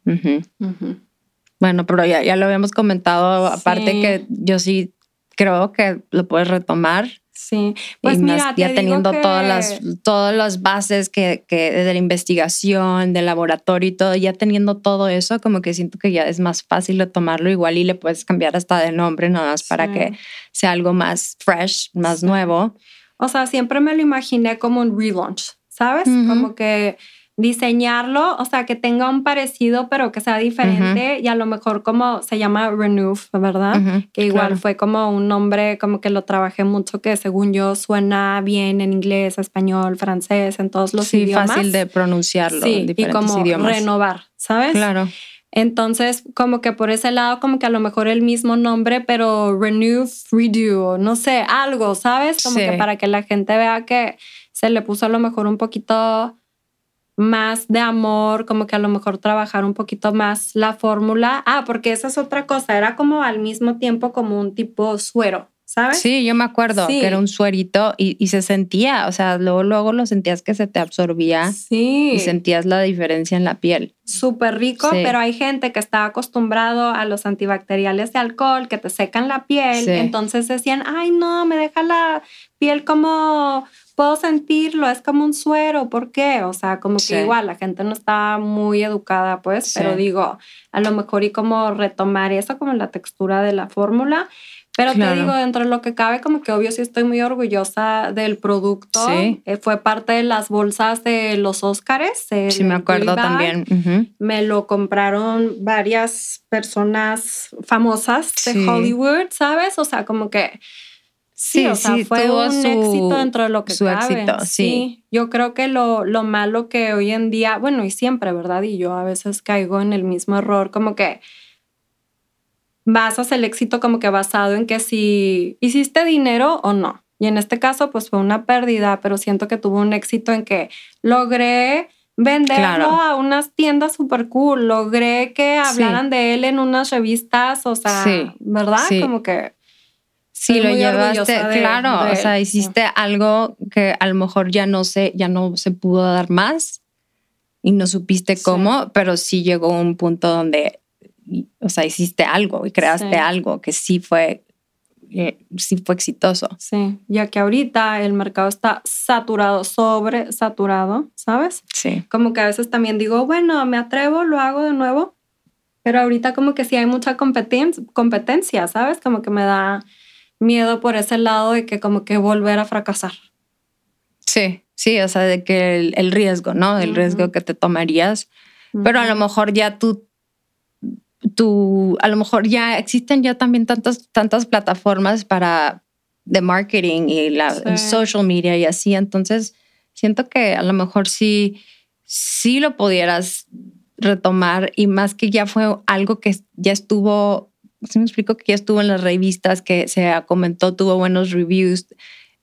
Bueno, pero ya lo habíamos comentado, aparte que yo sí creo que lo puedes retomar. Sí, pues y mira, ya teniendo todas las bases que de la investigación, del laboratorio y todo, ya teniendo todo eso, como que siento que ya es más fácil de tomarlo igual y le puedes cambiar hasta de nombre nada más para que sea algo más fresh, más nuevo. O sea, siempre me lo imaginé como un relaunch, ¿sabes? Como que diseñarlo, o sea, que tenga un parecido, pero que sea diferente y a lo mejor como se llama Renew, ¿verdad? Que igual fue como un nombre, como que lo trabajé mucho, que según yo suena bien en inglés, español, francés, en todos los idiomas. Sí, fácil de pronunciarlo en diferentes y como idiomas. renovar, ¿sabes? Claro. Entonces, como que por ese lado, como que a lo mejor el mismo nombre, pero Renew, Redo, no sé, algo, ¿sabes? Como que para que la gente vea que se le puso a lo mejor un poquito más de amor, como que a lo mejor trabajar un poquito más la fórmula. Porque esa es otra cosa, era como al mismo tiempo como un tipo suero, ¿sabes? Sí, yo me acuerdo que era un suerito y se sentía, o sea, luego lo sentías que se te absorbía y sentías la diferencia en la piel. Súper rico, pero hay gente que está acostumbrado a los antibacteriales de alcohol que te secan la piel, entonces decían, ay no, me deja la piel como... puedo sentirlo, es como un suero, ¿por qué? O sea, como que igual la gente no está muy educada, pues, pero digo, a lo mejor y como retomar eso, como la textura de la fórmula. Pero te digo, dentro de lo que cabe, como que obvio sí estoy muy orgullosa del producto. Fue parte de las bolsas de los Óscares. Sí, me acuerdo también. Me lo compraron varias personas famosas de Hollywood, ¿sabes? O sea, como que... Sí, o sea, fue un éxito dentro de lo que cabe. Éxito, sí. Yo creo que lo malo que hoy en día, bueno, y siempre, ¿verdad? Y yo a veces caigo en el mismo error, como que basas el éxito como que basado en que si hiciste dinero o no. Y en este caso, pues fue una pérdida, pero siento que tuvo un éxito en que logré venderlo a unas tiendas súper cool. Logré que hablaran de él en unas revistas, o sea, ¿verdad? Como que... Sí, lo llevaste, o sea, hiciste algo que a lo mejor ya no se pudo dar más y no supiste cómo, pero sí llegó un punto donde, o sea, hiciste algo y creaste algo que sí fue exitoso. Sí, ya que ahorita el mercado está saturado, sobresaturado, ¿sabes? Sí. Como que a veces también digo, bueno, me atrevo, lo hago de nuevo, pero ahorita como que sí hay mucha competencia, ¿sabes? Como que me da... miedo por ese lado de que como que volver a fracasar. Sí, o sea, de que el riesgo, ¿no? El riesgo que te tomarías. Pero a lo mejor ya a lo mejor ya existen ya también tantas plataformas de marketing y el social media y así. Entonces, siento que a lo mejor sí lo pudieras retomar y más que ya fue algo que ya estuvo... Sí me explico, que ya estuvo en las revistas, que se comentó, tuvo buenos reviews,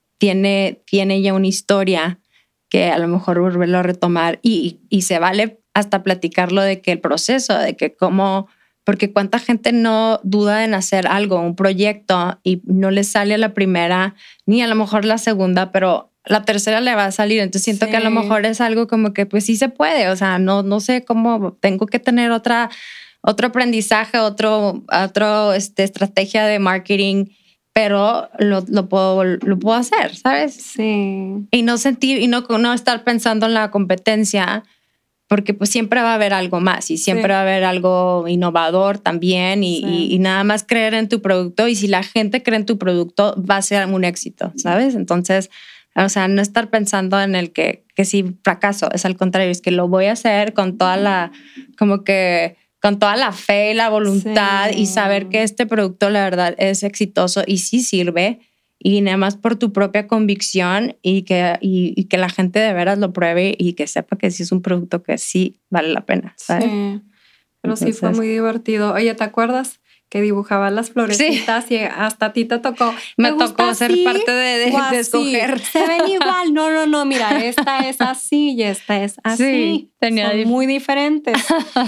tiene ya una historia que a lo mejor volverlo a retomar y se vale hasta platicarlo de que el proceso, de que cómo, porque cuánta gente no duda en hacer algo, un proyecto, y no le sale a la primera, ni a lo mejor la segunda, pero la tercera le va a salir. Entonces siento que a lo mejor es algo como que pues sí se puede. O sea, no sé cómo tengo que tener otro aprendizaje, otro estrategia de marketing, pero lo puedo hacer, ¿sabes? Sí. Y no sentir y no estar pensando en la competencia, porque pues siempre va a haber algo más y siempre va a haber algo innovador también y nada más creer en tu producto. Y si la gente cree en tu producto, va a ser un éxito, ¿sabes? Entonces, o sea, no estar pensando en el que si fracaso, es al contrario, es que lo voy a hacer con toda la, como que con toda la fe y la voluntad y saber que este producto, la verdad, es exitoso y sí sirve, y nada más por tu propia convicción y que la gente de veras lo pruebe y que sepa que sí es un producto que sí vale la pena, ¿sabes? Sí, pero entonces, sí fue muy divertido. Oye, ¿te acuerdas que dibujaba las florecitas y hasta a ti te tocó? Me tocó ser parte de escoger. Se ven igual. No, mira, esta es así y esta es así. Sí, son muy diferentes.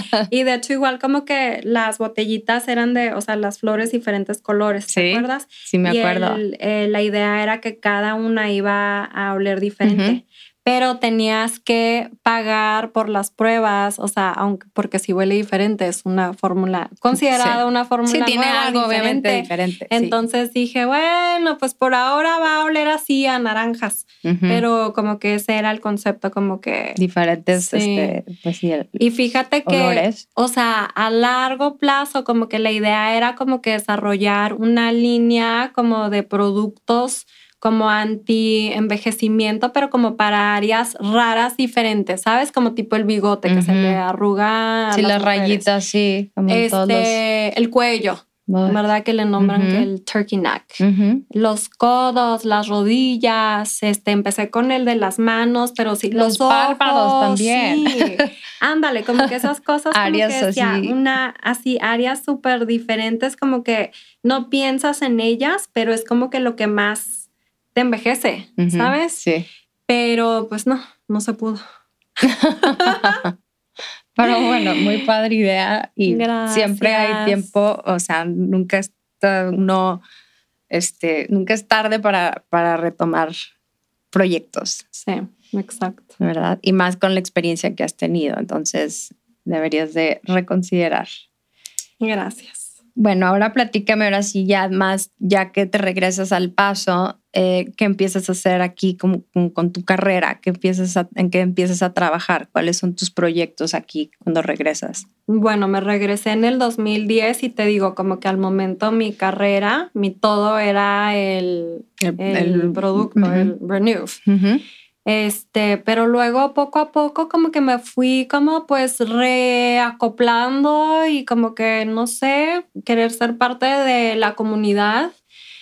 Y de hecho igual como que las botellitas eran o sea, las flores diferentes colores, ¿te acuerdas? Sí, me acuerdo. La idea era que cada una iba a oler diferente. Pero tenías que pagar por las pruebas, o sea, porque si huele diferente es una fórmula considerada una fórmula nueva. Sí, tiene algo obviamente diferente. Entonces dije, bueno, pues por ahora va a oler así a naranjas, pero como que ese era el concepto, como que diferentes, pues sí, y fíjate olores. Que, o sea, a largo plazo, como que la idea era como que desarrollar una línea como de productos como anti-envejecimiento, pero como para áreas raras diferentes, ¿sabes? Como tipo el bigote que se le arruga. Sí, las rayitas, sí. Como todos el cuello, ¿verdad? Que le nombran que el turkey neck. Los codos, las rodillas, empecé con el de las manos, pero sí, los párpados también. Sí. Ándale, como que esas cosas áreas como que decía, así. Áreas súper diferentes, como que no piensas en ellas, pero es como que lo que más te envejece, ¿sabes? Sí. Pero pues no se pudo. Pero bueno, muy padre idea y gracias. Siempre hay tiempo, o sea, nunca es tarde para retomar proyectos. Sí, exacto. ¿Verdad? Y más con la experiencia que has tenido, entonces deberías de reconsiderar. Gracias. Bueno, ahora platícame ahora sí ya que te regresas al Paso, ¿qué empiezas a hacer aquí con tu carrera? ¿En qué empiezas a trabajar? ¿Cuáles son tus proyectos aquí cuando regresas? Bueno, me regresé en el 2010 y te digo, como que al momento mi carrera, mi todo era el producto, el Renew. Pero luego poco a poco como que me fui como pues reacoplando y como que no sé, querer ser parte de la comunidad.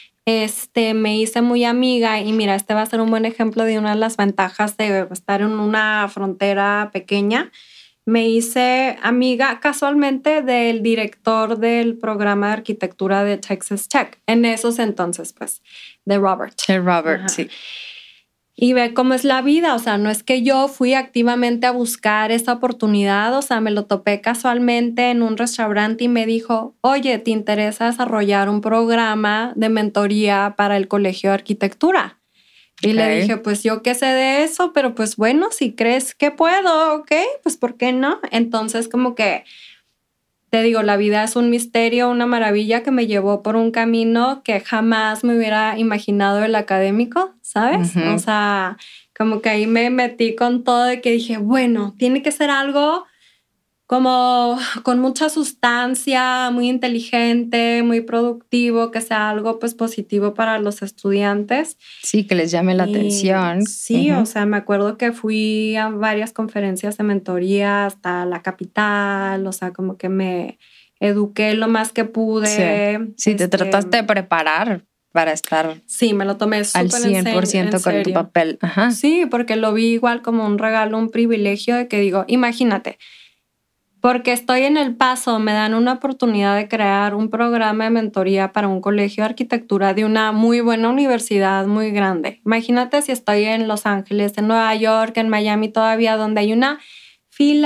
Me hice muy amiga y mira, va a ser un buen ejemplo de una de las ventajas de estar en una frontera pequeña. Me hice amiga casualmente del director del programa de arquitectura de Texas Tech. En esos entonces, pues, de Robert. De Robert, sí. Y ve cómo es la vida, o sea, no es que yo fui activamente a buscar esta oportunidad, o sea, me lo topé casualmente en un restaurante y me dijo, oye, ¿te interesa desarrollar un programa de mentoría para el Colegio de Arquitectura? Y le dije, pues yo qué sé de eso, pero pues bueno, si crees que puedo, ok, pues ¿por qué no? Entonces como que te digo, la vida es un misterio, una maravilla que me llevó por un camino que jamás me hubiera imaginado el académico, ¿sabes? O sea, como que ahí me metí con todo de que dije, bueno, tiene que ser algo como con mucha sustancia, muy inteligente, muy productivo, que sea algo pues positivo para los estudiantes. Sí, que les llame la atención. Sí, o sea, me acuerdo que fui a varias conferencias de mentoría hasta la capital, o sea, como que me eduqué lo más que pude. Sí, te trataste de preparar para estar sí, me lo tomé súper al 100% con tu papel. Ajá. Sí, porque lo vi igual como un regalo, un privilegio de que digo, imagínate, porque estoy en El Paso, me dan una oportunidad de crear un programa de mentoría para un colegio de arquitectura de una muy buena universidad, muy grande. Imagínate si estoy en Los Ángeles, en Nueva York, en Miami todavía, donde hay una fila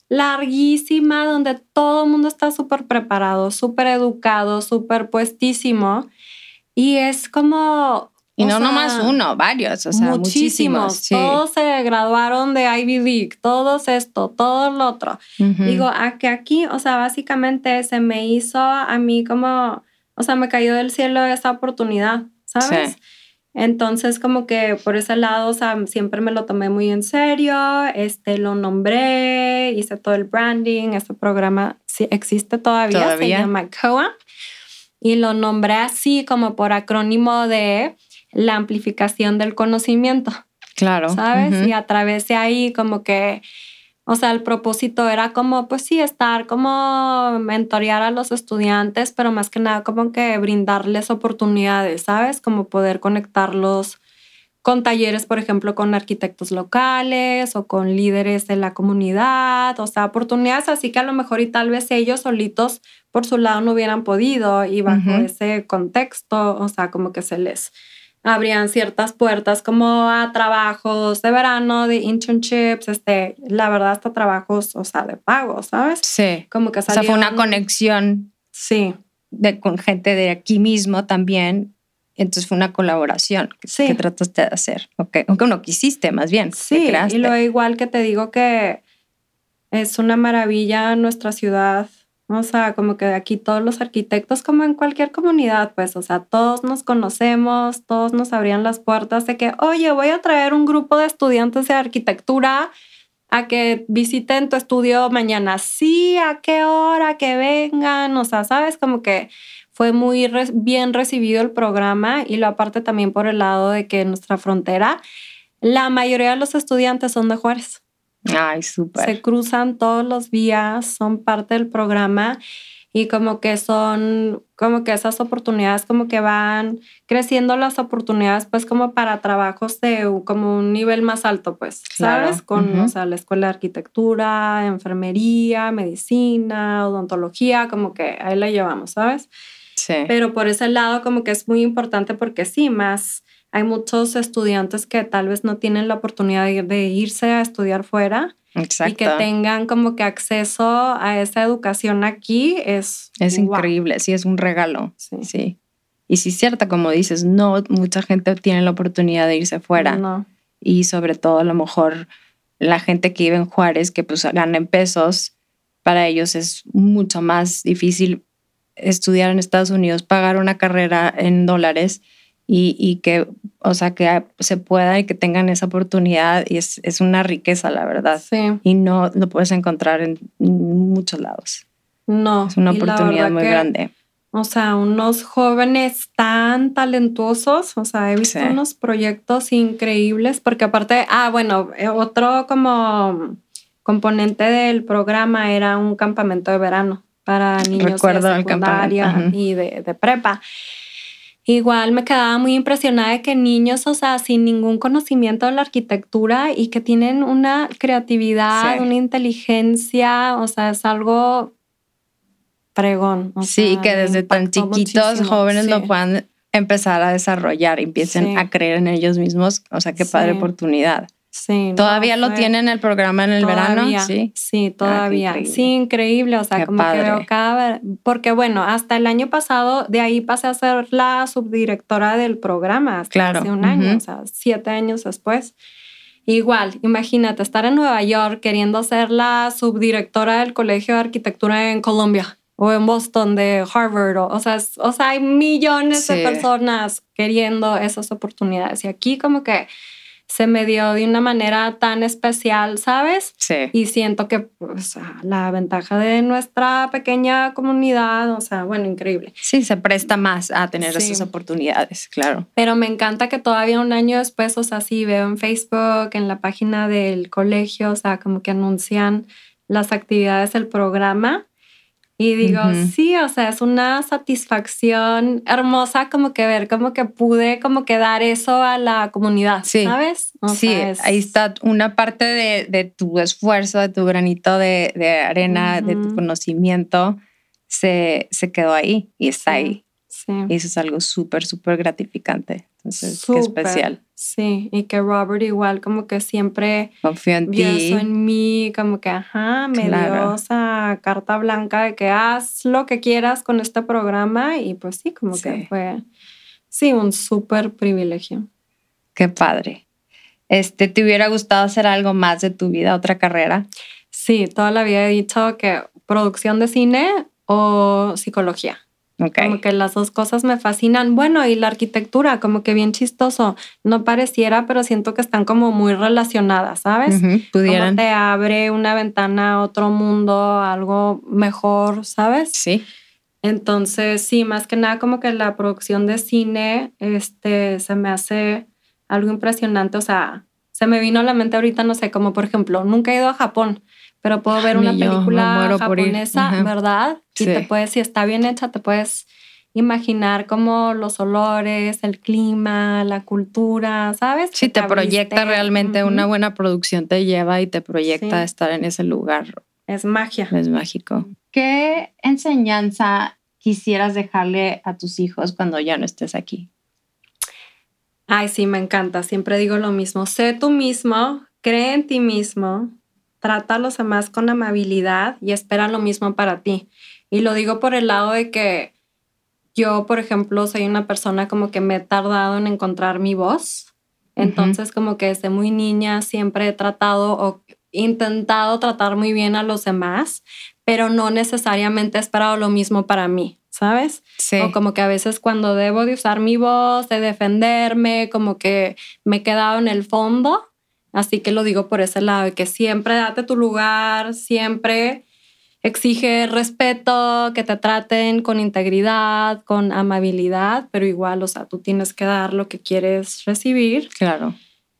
larguísima donde todo el mundo está súper preparado, súper educado, súper puestísimo. Y es como... Y no nomás uno, varios, o sea, muchísimos. Sí. Todos se graduaron de Ivy League, todos esto, todo lo otro. Digo, a que aquí, o sea, básicamente se me hizo a mí como, o sea, me cayó del cielo esa oportunidad, ¿sabes? Sí. Entonces, como que por ese lado, o sea, siempre me lo tomé muy en serio, lo nombré, hice todo el branding, este programa sí existe todavía. Se llama COA, y lo nombré así como por acrónimo de la amplificación del conocimiento. Claro. ¿Sabes? Y a través de ahí como que, o sea, el propósito era como, pues sí, estar como mentorear a los estudiantes, pero más que nada como que brindarles oportunidades, ¿sabes? Como poder conectarlos con talleres, por ejemplo, con arquitectos locales o con líderes de la comunidad, o sea, oportunidades así que a lo mejor y tal vez ellos solitos por su lado no hubieran podido, y bajo ese contexto, o sea, como que se les abrían ciertas puertas como a trabajos de verano, de internships, la verdad hasta trabajos, o sea, de pago, ¿sabes? Sí. Como que salieron, o sea, fue una conexión. Sí. Con gente de aquí mismo también. Entonces fue una colaboración que trataste de hacer. Okay. Aunque no quisiste, más bien. Sí, y lo igual que te digo que es una maravilla nuestra ciudad. O sea, como que de aquí todos los arquitectos, como en cualquier comunidad, pues, o sea, todos nos conocemos, todos nos abrían las puertas de que, oye, voy a traer un grupo de estudiantes de arquitectura a que visiten tu estudio mañana. Sí, ¿a qué hora? Que vengan. O sea, ¿sabes? Como que fue muy bien recibido el programa, y lo aparte también por el lado de que en nuestra frontera la mayoría de los estudiantes son de Juárez. Ay, súper. Se cruzan todos los días, son parte del programa, y como que son, como que esas oportunidades como que van creciendo las oportunidades pues como para trabajos de como un nivel más alto pues, ¿sabes? Claro. Con, o sea, la escuela de arquitectura, enfermería, medicina, odontología, como que ahí la llevamos, ¿sabes? Sí. Pero por ese lado como que es muy importante porque sí, más hay muchos estudiantes que tal vez no tienen la oportunidad de irse a estudiar fuera. Exacto. Y que tengan como que acceso a esa educación aquí es increíble, sí, es un regalo. Sí. Y sí es cierto, como dices, no mucha gente tiene la oportunidad de irse fuera. No. Y sobre todo a lo mejor la gente que vive en Juárez, que pues gana en pesos, para ellos es mucho más difícil estudiar en Estados Unidos, pagar una carrera en dólares y que, o sea, que se pueda y que tengan esa oportunidad, y es una riqueza, la verdad. Sí. Y no lo puedes encontrar en muchos lados. No. Es una oportunidad muy grande. O sea, unos jóvenes tan talentosos, o sea, he visto unos proyectos increíbles, porque aparte, bueno, otro como componente del programa era un campamento de verano para niños de secundaria y de prepa. Igual me quedaba muy impresionada de que niños, o sea, sin ningún conocimiento de la arquitectura y que tienen una creatividad, una inteligencia, o sea, es algo fregón. Sí, que desde tan chiquitos jóvenes lo puedan empezar a desarrollar y empiecen a creer en ellos mismos. O sea, qué padre oportunidad. Sí. ¿Todavía lo tienen el programa en el verano? Sí, todavía. Sí, increíble. O sea, como que veo porque bueno, hasta el año pasado de ahí pasé a ser la subdirectora del programa hasta hace un año, o sea, 7 años después. Igual, imagínate estar en Nueva York queriendo ser la subdirectora del Colegio de Arquitectura en Colombia o en Boston de Harvard. O sea, hay millones de personas queriendo esas oportunidades. Y aquí como que se me dio de una manera tan especial, ¿sabes? Sí. Y siento que pues, la ventaja de nuestra pequeña comunidad, o sea, bueno, increíble. Sí, se presta más a tener esas oportunidades, claro. Pero me encanta que todavía un año después, o sea, sí veo en Facebook, en la página del colegio, o sea, como que anuncian las actividades del programa. Y digo, sí, o sea, es una satisfacción hermosa como que ver como que pude como que dar eso a la comunidad, ¿sabes? O sea, ahí está una parte de tu esfuerzo, de tu granito de arena, de tu conocimiento, se quedó ahí y está ahí. Sí. Y eso es algo súper, súper gratificante. Entonces, qué especial. Sí, y que Robert igual como que siempre confió en vio ti. eso en mí, como que, me dio esa carta blanca de que haz lo que quieras con este programa y pues sí, como que fue, sí, un súper privilegio. Qué padre. ¿Te hubiera gustado hacer algo más de tu vida, otra carrera? Sí, toda la vida he dicho que producción de cine o psicología. Okay. Como que las dos cosas me fascinan. Bueno, y la arquitectura, como que bien chistoso. No pareciera, pero siento que están como muy relacionadas, ¿sabes? Pudieran. Como te abre una ventana a otro mundo, algo mejor, ¿sabes? Sí. Entonces, sí, más que nada como que la producción de cine se me hace algo impresionante. O sea, se me vino a la mente ahorita, no sé, como por ejemplo, nunca he ido a Japón, pero puedo ver una película japonesa, ¿verdad? Sí. Y te puedes, si está bien hecha, te puedes imaginar como los olores, el clima, la cultura, ¿sabes? Sí, te proyecta realmente. Una buena producción te lleva y te proyecta a estar en ese lugar. Es magia. Es mágico. ¿Qué enseñanza quisieras dejarle a tus hijos cuando ya no estés aquí? Ay, sí, me encanta. Siempre digo lo mismo. Sé tú mismo, cree en ti mismo, trata a los demás con amabilidad y espera lo mismo para ti. Y lo digo por el lado de que yo, por ejemplo, soy una persona como que me he tardado en encontrar mi voz. Entonces, como que desde muy niña siempre he tratado o intentado tratar muy bien a los demás, pero no necesariamente he esperado lo mismo para mí, ¿sabes? Sí. O como que a veces cuando debo de usar mi voz, de defenderme, como que me he quedado en el fondo. Así que lo digo por ese lado, de que siempre date tu lugar, siempre exige respeto, que te traten con integridad, con amabilidad, pero igual, o sea, tú tienes que dar lo que quieres recibir. Claro.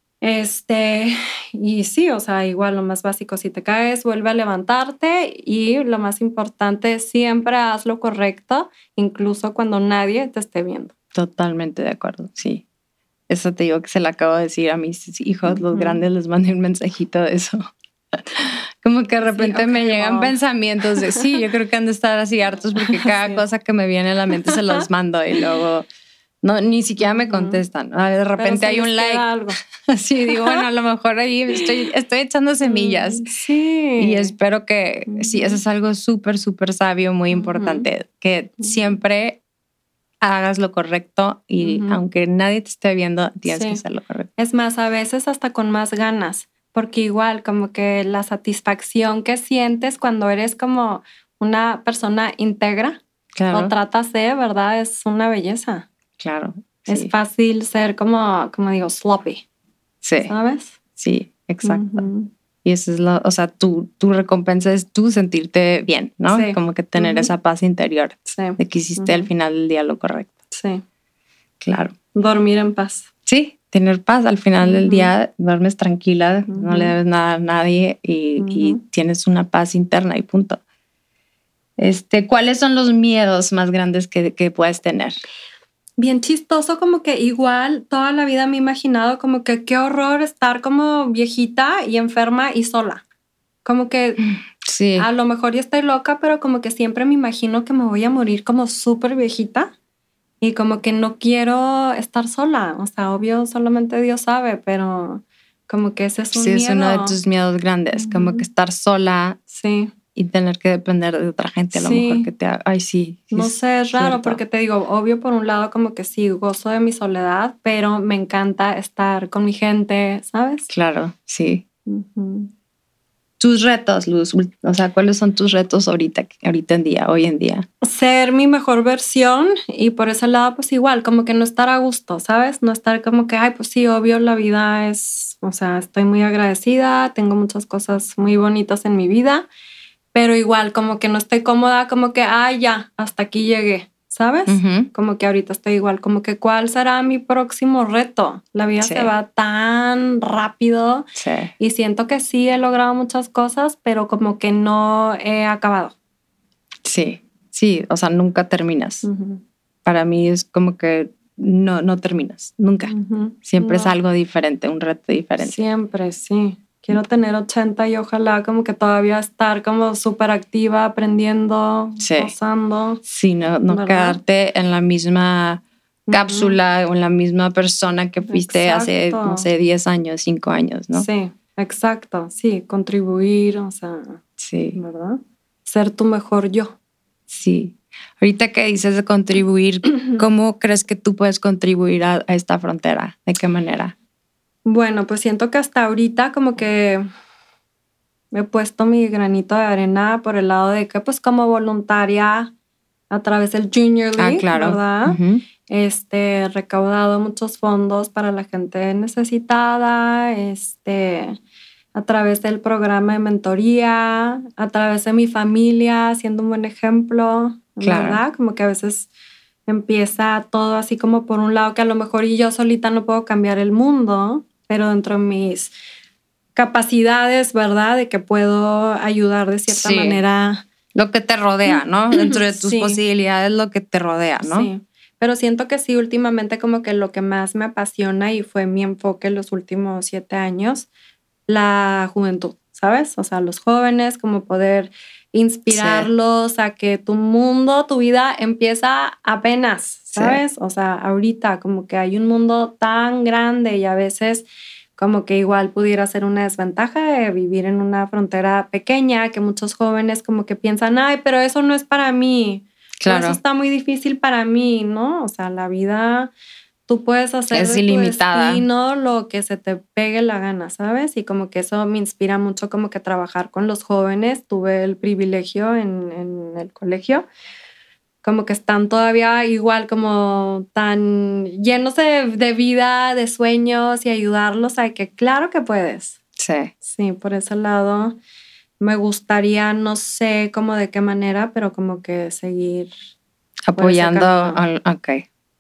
Y sí, o sea, igual lo más básico, si te caes, vuelve a levantarte y lo más importante, siempre haz lo correcto, incluso cuando nadie te esté viendo. Totalmente de acuerdo, sí. Eso te digo que se lo acabo de decir a mis hijos, los grandes, les mandé un mensajito de eso. Como que de repente me llegan pensamientos de sí, yo creo que han de estar así hartos porque cada cosa que me viene a la mente se los mando y luego no, ni siquiera me contestan. De repente hay un like. Algo. Sí, digo, bueno, a lo mejor ahí estoy echando semillas. Sí. Y espero que sí, eso es algo súper, súper sabio, muy importante, que siempre hagas lo correcto y aunque nadie te esté viendo, tienes que hacer lo correcto. Es más, a veces hasta con más ganas, porque igual como que la satisfacción que sientes cuando eres como una persona íntegra o tratas de, ¿verdad? Es una belleza. Claro. Es fácil ser como digo, sloppy. Sí. ¿Sabes? Sí, exacto. Y eso es o sea, tu recompensa es tú sentirte bien, ¿no? Sí. Como que tener esa paz interior de que hiciste al final del día lo correcto. Sí. Claro. Dormir en paz. Sí, tener paz. Al final del día duermes tranquila, no le debes nada a nadie y tienes una paz interna y punto. ¿Cuáles son los miedos más grandes que puedes tener? Bien chistoso, como que igual toda la vida me he imaginado como que qué horror estar como viejita y enferma y sola. Como que a lo mejor ya estoy loca, pero como que siempre me imagino que me voy a morir como súper viejita y como que no quiero estar sola. O sea, obvio, solamente Dios sabe, pero como que ese es un miedo. Sí, es uno de tus miedos grandes, como que estar sola. Sí. Y tener que depender de otra gente a lo mejor que te haga. Ay, sí. No sé, es raro porque te digo, obvio por un lado como que sí, gozo de mi soledad, pero me encanta estar con mi gente, ¿sabes? Claro, sí. Tus retos, Luz, o sea, ¿cuáles son tus retos hoy en día? Ser mi mejor versión y por ese lado pues igual, como que no estar a gusto, ¿sabes? No estar como que, ay, pues sí, obvio la vida es, o sea, estoy muy agradecida, tengo muchas cosas muy bonitas en mi vida, pero igual como que no estoy cómoda, como que, ay, ya, hasta aquí llegué, ¿sabes? Como que ahorita estoy igual, como que ¿cuál será mi próximo reto? La vida se va tan rápido y siento que sí he logrado muchas cosas, pero como que no he acabado. Sí, o sea, nunca terminas. Para mí es como que no terminas, nunca. Siempre es algo diferente, un reto diferente. Siempre, sí. Quiero tener 80 y ojalá como que todavía estar como súper activa, aprendiendo, gozando. Sí, no quedarte en la misma cápsula o en la misma persona que fuiste hace, no sé, 10 años, 5 años, ¿no? Sí, exacto. Sí, contribuir, o sea, sí, ¿verdad? Ser tu mejor yo. Sí. Ahorita que dices de contribuir, ¿cómo crees que tú puedes contribuir a esta frontera? ¿De qué manera? Bueno, pues siento que hasta ahorita como que he puesto mi granito de arena por el lado de que pues como voluntaria a través del Junior League, claro. ¿verdad? Recaudado muchos fondos para la gente necesitada, a través del programa de mentoría, a través de mi familia, siendo un buen ejemplo, ¿verdad? Como que a veces empieza todo así como por un lado que a lo mejor y yo solita no puedo cambiar el mundo, pero dentro de mis capacidades, ¿verdad? De que puedo ayudar de cierta manera. Lo que te rodea, ¿no? Dentro de tus posibilidades, lo que te rodea, ¿no? Sí. Pero siento que sí, últimamente como que lo que más me apasiona y fue mi enfoque en los últimos 7 años, la juventud, ¿sabes? O sea, los jóvenes, como poder inspirarlos a que tu mundo, tu vida empieza apenas, ¿sabes? O sea, ahorita como que hay un mundo tan grande y a veces como que igual pudiera ser una desventaja de vivir en una frontera pequeña, que muchos jóvenes como que piensan, ay, pero eso no es para mí. Claro. Eso está muy difícil para mí, ¿no? O sea, la vida, tú puedes hacer es de ilimitada. Tu destino lo que se te pegue la gana, ¿sabes? Y como que eso me inspira mucho como que trabajar con los jóvenes. Tuve el privilegio en el colegio, como que están todavía igual como tan llenos de vida, de sueños y ayudarlos a que claro que puedes. Sí. Sí, por ese lado me gustaría, no sé cómo de qué manera, pero como que seguir apoyando. Ok.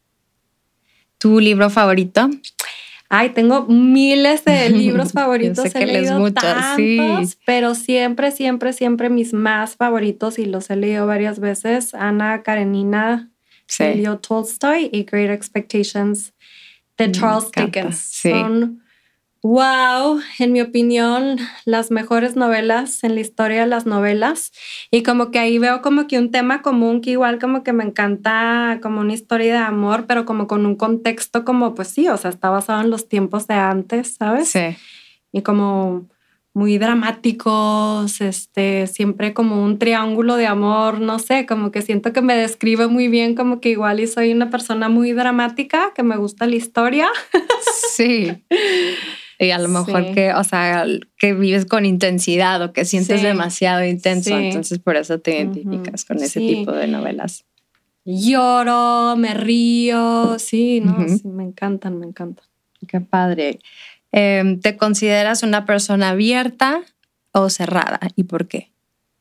¿Tu libro favorito? Ay, tengo miles de libros favoritos. Yo sé que lees muchos, tantos, pero siempre mis más favoritos, y los he leído varias veces, Ana Karenina de Leo Tolstoy y Great Expectations de Charles Dickens. Sí. Son, wow, en mi opinión, las mejores novelas en la historia de las novelas. Y como que ahí veo como que un tema común que igual como que me encanta, como una historia de amor, pero como con un contexto como, pues sí, o sea, está basado en los tiempos de antes, ¿sabes? Sí. Y como muy dramáticos, siempre como un triángulo de amor, no sé, como que siento que me describe muy bien, como que igual y soy una persona muy dramática, que me gusta la historia. Sí. Y a lo mejor que, o sea, que vives con intensidad o que sientes demasiado intenso. Entonces por eso te identificas con ese tipo de novelas. Lloro, me río. Sí, no, sí, me encantan. Qué padre. ¿Te consideras una persona abierta o cerrada? ¿Y por qué?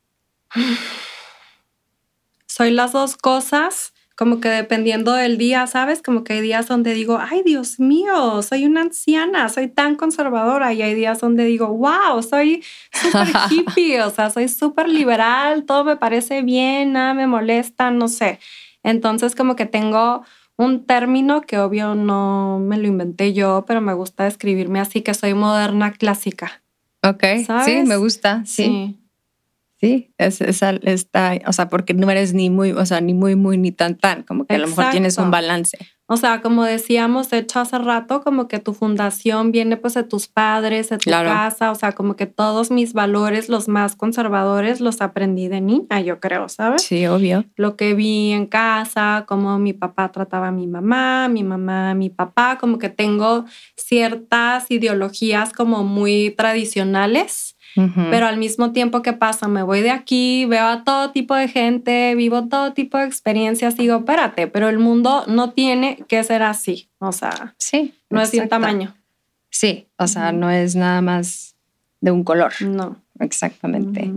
Soy las dos cosas. Como que dependiendo del día, ¿sabes? Como que hay días donde digo, ay, Dios mío, soy una anciana, soy tan conservadora. Y hay días donde digo, wow, soy súper hippie, o sea, soy súper liberal, todo me parece bien, nada me molesta, no sé. Entonces como que tengo un término que obvio no me lo inventé yo, pero me gusta describirme así, que soy moderna clásica. Ok, ¿sabes? Sí, me gusta, sí. Sí, o sea, porque no eres ni muy, o sea, ni muy, ni tan, como que a lo mejor tienes un balance. O sea, como decíamos, de hecho, hace rato, como que tu fundación viene pues de tus padres, de tu casa, o sea, como que todos mis valores, los más conservadores, los aprendí de niña, yo creo, ¿sabes? Sí, obvio. Lo que vi en casa, cómo mi papá trataba a mi mamá a mi papá, como que tengo ciertas ideologías como muy tradicionales. Pero al mismo tiempo que pasa, me voy de aquí, veo a todo tipo de gente, vivo todo tipo de experiencias, digo, espérate, pero el mundo no tiene que ser así, o sea, no es de un tamaño. Sí, o sea, no es nada más de un color. No. Exactamente.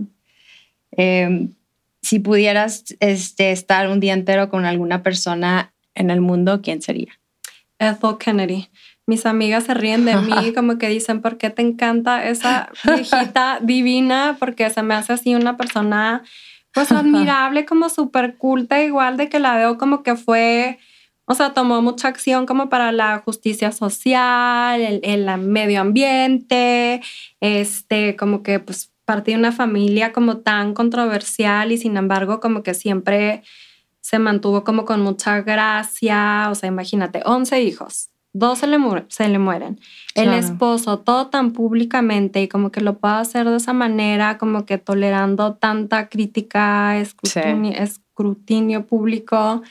Si pudieras estar un día entero con alguna persona en el mundo, ¿quién sería? Ethel Kennedy. Mis amigas se ríen de mí, como que dicen, ¿por qué te encanta esa viejita divina? Porque se me hace así una persona, pues, admirable, como súper culta, igual de que la veo como que fue, o sea, tomó mucha acción como para la justicia social, el medio ambiente, como que, pues, parte de una familia como tan controversial y sin embargo como que siempre se mantuvo como con mucha gracia, o sea, imagínate, 11 hijos. 2 se le mueren. Claro. El esposo, todo tan públicamente y como que lo puede hacer de esa manera, como que tolerando tanta crítica, escrutinio público.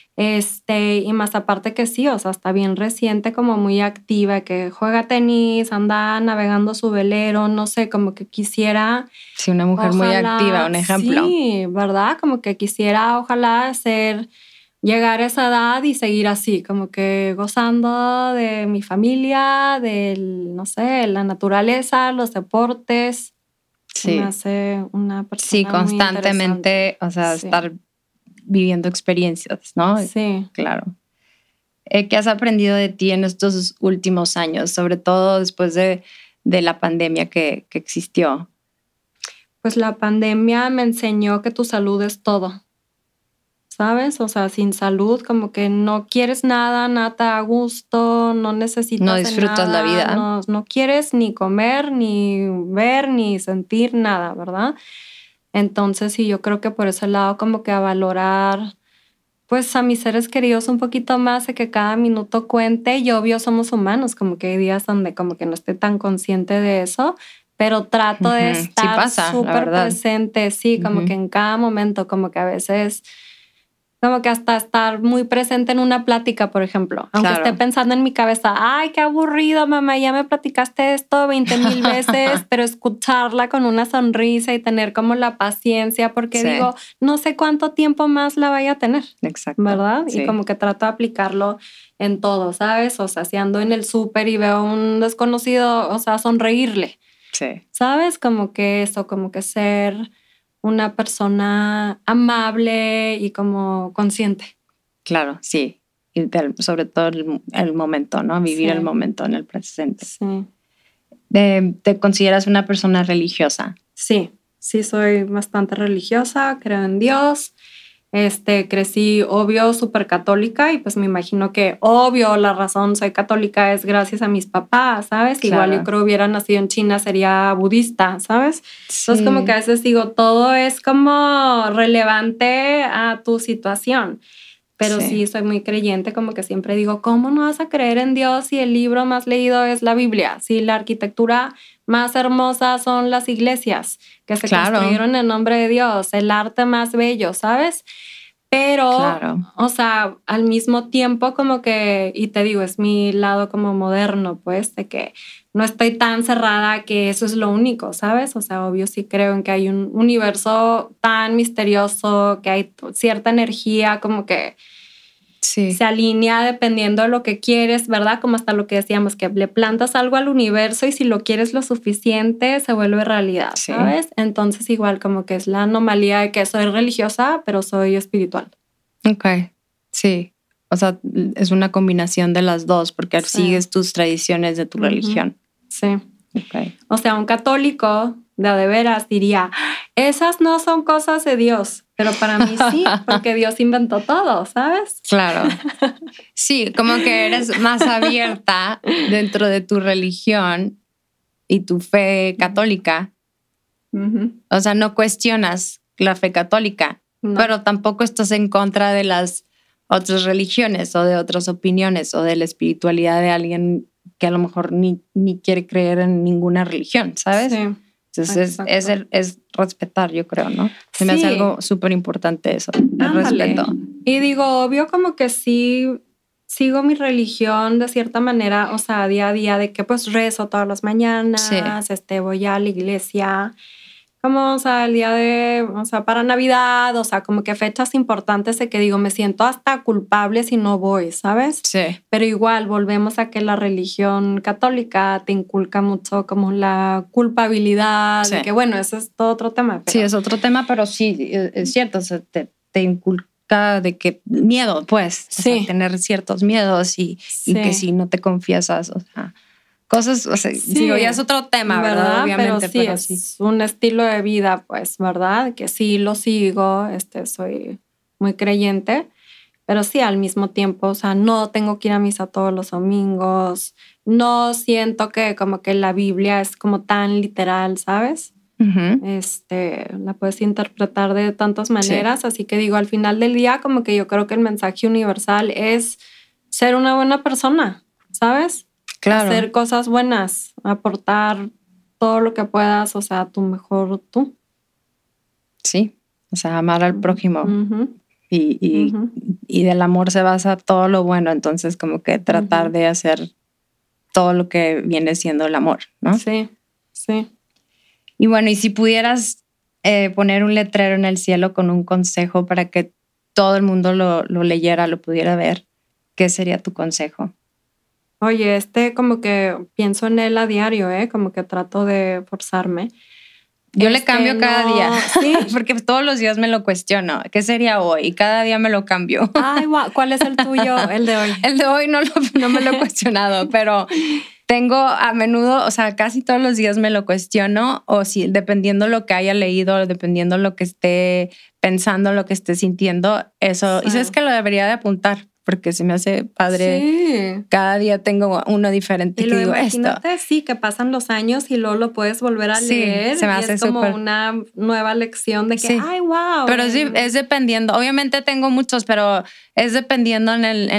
Y más aparte que sí, o sea, está bien reciente, como muy activa, que juega tenis, anda navegando su velero, no sé, como que quisiera... Sí, una mujer muy activa, un ejemplo. Sí, ¿verdad? Como que quisiera, ojalá, llegar a esa edad y seguir así, como que gozando de mi familia, no sé, la naturaleza, los deportes. Sí. Me hace una persona sí, constantemente, muy o sea, estar viviendo experiencias, ¿no? Sí. Claro. ¿Qué has aprendido de ti en estos últimos años, sobre todo después de la pandemia que existió? Pues la pandemia me enseñó que tu salud es todo, ¿sabes? O sea, sin salud como que no quieres nada te da gusto, no necesitas no disfrutas nada, la vida. No quieres ni comer, ni ver, ni sentir nada, ¿verdad? Entonces, sí, yo creo que por ese lado como que a valorar pues a mis seres queridos un poquito más, de que cada minuto cuente. Y obvio somos humanos, como que hay días donde como que no estoy tan consciente de eso, pero trato de estar súper presente, sí, como que en cada momento, como que a veces... Como que hasta estar muy presente en una plática, por ejemplo. Aunque esté pensando en mi cabeza, ay, qué aburrido, mamá, ya me platicaste esto 20,000 veces, pero escucharla con una sonrisa y tener como la paciencia, porque digo, no sé cuánto tiempo más la vaya a tener. Exacto. ¿Verdad? Sí. Y como que trato de aplicarlo en todo, ¿sabes? O sea, si ando en el súper y veo a un desconocido, o sea, sonreírle. Sí. ¿Sabes? Como que eso, como que ser... una persona amable y como consciente. Claro, sí. Y sobre todo el momento, ¿no? Vivir el momento en el presente. Sí. ¿Te consideras una persona religiosa? Sí, soy bastante religiosa, creo en Dios. Crecí, obvio, súper católica y pues me imagino que, obvio, la razón soy católica es gracias a mis papás, ¿sabes? Claro. Igual yo creo hubiera nacido en China, sería budista, ¿sabes? Sí. Entonces como que a veces digo, todo es como relevante a tu situación. Pero sí, soy muy creyente, como que siempre digo, ¿cómo no vas a creer en Dios si el libro más leído es la Biblia? Si la arquitectura más hermosa son las iglesias que se construyeron en nombre de Dios, el arte más bello, ¿sabes? Pero, o sea, al mismo tiempo como que, y te digo, es mi lado como moderno, pues, de que no estoy tan cerrada que eso es lo único, ¿sabes? O sea, obvio sí creo en que hay un universo tan misterioso, que hay cierta energía como que se alinea dependiendo de lo que quieres, ¿verdad? Como hasta lo que decíamos, que le plantas algo al universo y si lo quieres lo suficiente se vuelve realidad, ¿sabes? Entonces igual como que es la anomalía de que soy religiosa, pero soy espiritual. Ok, sí. O sea, es una combinación de las dos porque sigues tus tradiciones de tu religión. Sí. Okay. O sea, un católico de veras diría, esas no son cosas de Dios, pero para mí sí, porque Dios inventó todo, ¿sabes? Claro. Sí, como que eres más abierta dentro de tu religión y tu fe católica. O sea, no cuestionas la fe católica, pero tampoco estás en contra de las otras religiones o de otras opiniones o de la espiritualidad de alguien que a lo mejor ni quiere creer en ninguna religión, ¿sabes? Sí. Entonces es respetar, yo creo, ¿no? Se me hace algo súper importante eso, el respeto. Y digo, obvio como que sí sigo mi religión de cierta manera, o sea, día a día, de que pues rezo todas las mañanas, voy a la iglesia, como, o sea, el día de, o sea, para Navidad, o sea, como que fechas importantes de que digo, me siento hasta culpable si no voy, ¿sabes? Sí. Pero igual volvemos a que la religión católica te inculca mucho como la culpabilidad, de que bueno, eso es todo otro tema. Pero... Sí, es otro tema, pero sí, es cierto, o sea, te inculca de que miedo, pues, o sea, tener ciertos miedos y que si no te confiesas, o sea... Cosas, o sea, digo, ya es otro tema, ¿verdad? Obviamente, pero sí, es un estilo de vida, pues, ¿verdad? Que sí lo sigo, soy muy creyente, pero sí, al mismo tiempo, o sea, no tengo que ir a misa todos los domingos, no siento que como que la Biblia es como tan literal, ¿sabes? La puedes interpretar de tantas maneras. Sí. Así que digo, al final del día, como que yo creo que el mensaje universal es ser una buena persona, ¿sabes? Claro. Hacer cosas buenas, aportar todo lo que puedas, o sea, tu mejor tú. Sí, o sea, amar al prójimo. Y del amor se basa todo lo bueno, entonces como que tratar de hacer todo lo que viene siendo el amor, ¿no? Sí, sí. Y bueno, y si pudieras poner un letrero en el cielo con un consejo para que todo el mundo lo leyera, lo pudiera ver, ¿qué sería tu consejo? Oye, como que pienso en él a diario, como que trato de forzarme. Yo le cambio cada día, ¿sí? Porque todos los días me lo cuestiono. ¿Qué sería hoy? Y cada día me lo cambio. Ay, wow. ¿Cuál es el tuyo, el de hoy? El de hoy no me lo he cuestionado, pero tengo a menudo, o sea, casi todos los días me lo cuestiono, o si dependiendo lo que haya leído, dependiendo lo que esté pensando, lo que esté sintiendo, eso. Sí. Y sabes que lo debería de apuntar, porque se me hace padre. Sí. Cada día tengo uno diferente. Y que digo imagínate, esto. Sí, que pasan los años y luego lo puedes volver a leer. Se me hace es como una nueva lección de que, ay, wow. Pero sí, es dependiendo. Obviamente tengo muchos, pero es dependiendo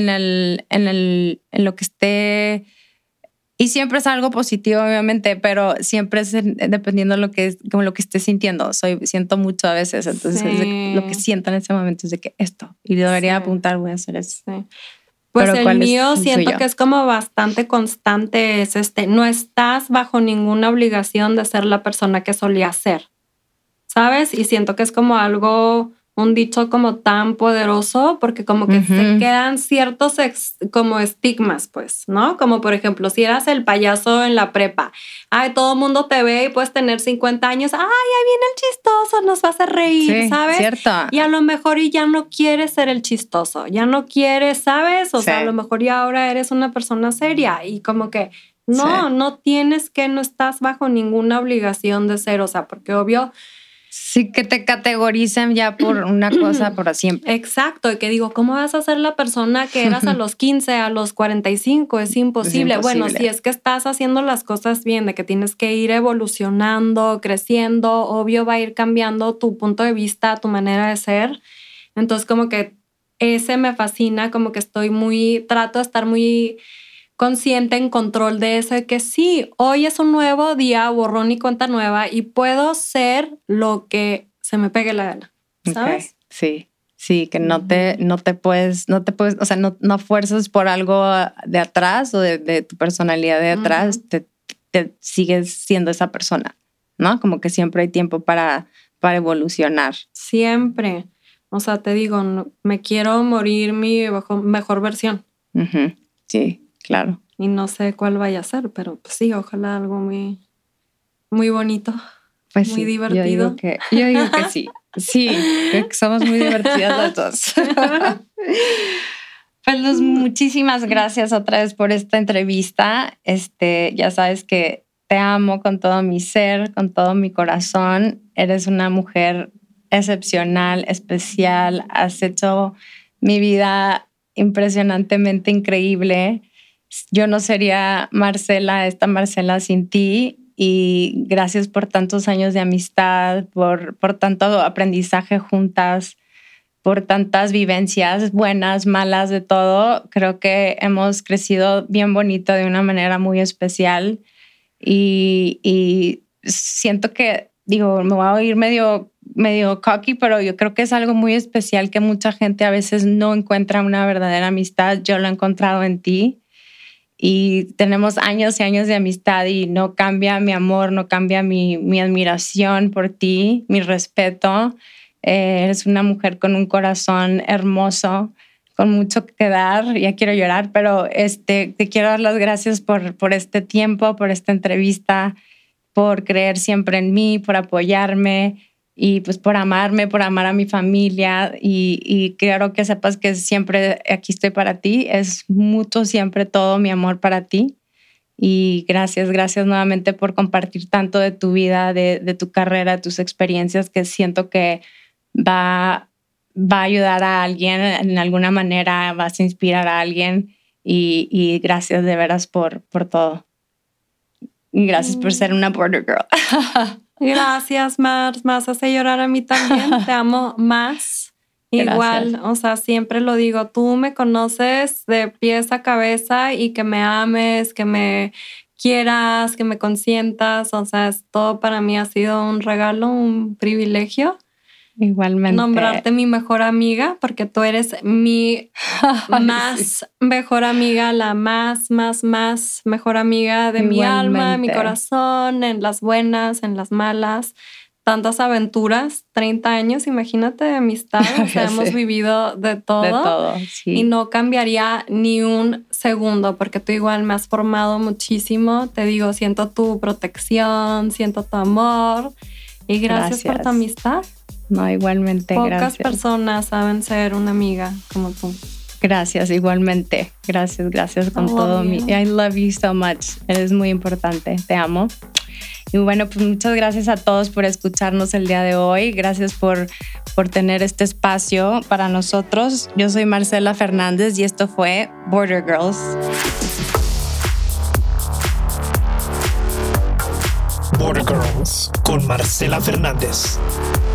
en lo que esté. Y siempre es algo positivo, obviamente, pero siempre es dependiendo de como lo que esté sintiendo. Siento mucho a veces, entonces lo que siento en ese momento es de que esto. Y debería apuntar, voy a hacer eso. Sí. Pues el mío siento que es como bastante constante, es no estás bajo ninguna obligación de ser la persona que solías ser, ¿sabes? Y siento que es como un dicho como tan poderoso porque como que se quedan ciertos como estigmas, pues, ¿no? Como por ejemplo, si eras el payaso en la prepa, todo el mundo te ve y puedes tener 50 años, ahí viene el chistoso, nos vas a reír, ¿sabes? Cierto. Y a lo mejor ya no quieres ser el chistoso, ya no quieres, ¿sabes? O sea, a lo mejor ya ahora eres una persona seria y como que no tienes que, no estás bajo ninguna obligación de ser, o sea, porque obvio. Sí, que te categoricen ya por una cosa por siempre. Exacto, y que digo, ¿cómo vas a ser la persona que eras a los 15, a los 45? Es imposible. Bueno, si es que estás haciendo las cosas bien, de que tienes que ir evolucionando, creciendo, obvio va a ir cambiando tu punto de vista, tu manera de ser. Entonces, como que ese me fascina, como que trato de estar muy consciente, en control de eso, de que sí, hoy es un nuevo día, borrón y cuenta nueva, y puedo ser lo que se me pegue la gana, ¿sabes? Okay. Sí, que no te puedes, o sea, no fuerzas por algo de atrás o de tu personalidad de atrás, te sigues siendo esa persona, ¿no? Como que siempre hay tiempo para evolucionar. Siempre. O sea, te digo, me quiero morir mi mejor versión. Sí. Claro. Y no sé cuál vaya a ser, pero pues sí, ojalá algo muy, muy bonito, pues muy divertido. Yo digo que sí. Sí, creo que somos muy divertidas las dos. Pues Luz, muchísimas gracias otra vez por esta entrevista. Ya sabes que te amo con todo mi ser, con todo mi corazón. Eres una mujer excepcional, especial. Has hecho mi vida impresionantemente increíble. Yo no sería esta Marcela sin ti, y gracias por tantos años de amistad, por tanto aprendizaje juntas, por tantas vivencias buenas, malas, de todo. Creo que hemos crecido bien bonito de una manera muy especial y siento que, digo, me voy a oír medio cocky, pero yo creo que es algo muy especial que mucha gente a veces no encuentra una verdadera amistad. Yo lo he encontrado en ti. Y tenemos años y años de amistad y no cambia mi amor, no cambia mi admiración por ti, mi respeto. Eres una mujer con un corazón hermoso, con mucho que dar. Ya quiero llorar, pero te quiero dar las gracias por este tiempo, por esta entrevista, por creer siempre en mí, por apoyarme y pues por amarme, por amar a mi familia, y quiero que sepas que siempre aquí estoy para ti. Es mutuo siempre todo mi amor para ti, y gracias nuevamente por compartir tanto de tu vida, de tu carrera, de tus experiencias, que siento que va a ayudar a alguien en alguna manera, vas a inspirar a alguien, y gracias de veras por todo. Y gracias por ser una Border Girl. Gracias, Mars. Más hace llorar a mí también. Te amo más. Gracias. Igual, o sea, siempre lo digo, tú me conoces de pies a cabeza y que me ames, que me quieras, que me consientas. O sea, todo para mí ha sido un regalo, un privilegio. Igualmente. Nombrarte mi mejor amiga, porque tú eres mi más mejor amiga, la más mejor amiga de mi alma, mi corazón, en las buenas, en las malas. Tantas aventuras, 30 años, imagínate, de amistad. O sea, hemos vivido de todo. De todo, sí. Y no cambiaría ni un segundo, porque tú igual me has formado muchísimo. Te digo, siento tu protección, siento tu amor. Y gracias por tu amistad. No, igualmente, Pocas personas saben ser una amiga como tú. Gracias, igualmente. Gracias con todo mi... I love you so much. Eres muy importante. Te amo. Y bueno, pues muchas gracias a todos por escucharnos el día de hoy. Gracias por tener este espacio para nosotros. Yo soy Marcela Fernández y esto fue Border Girls. Border Girls con Marcela Fernández.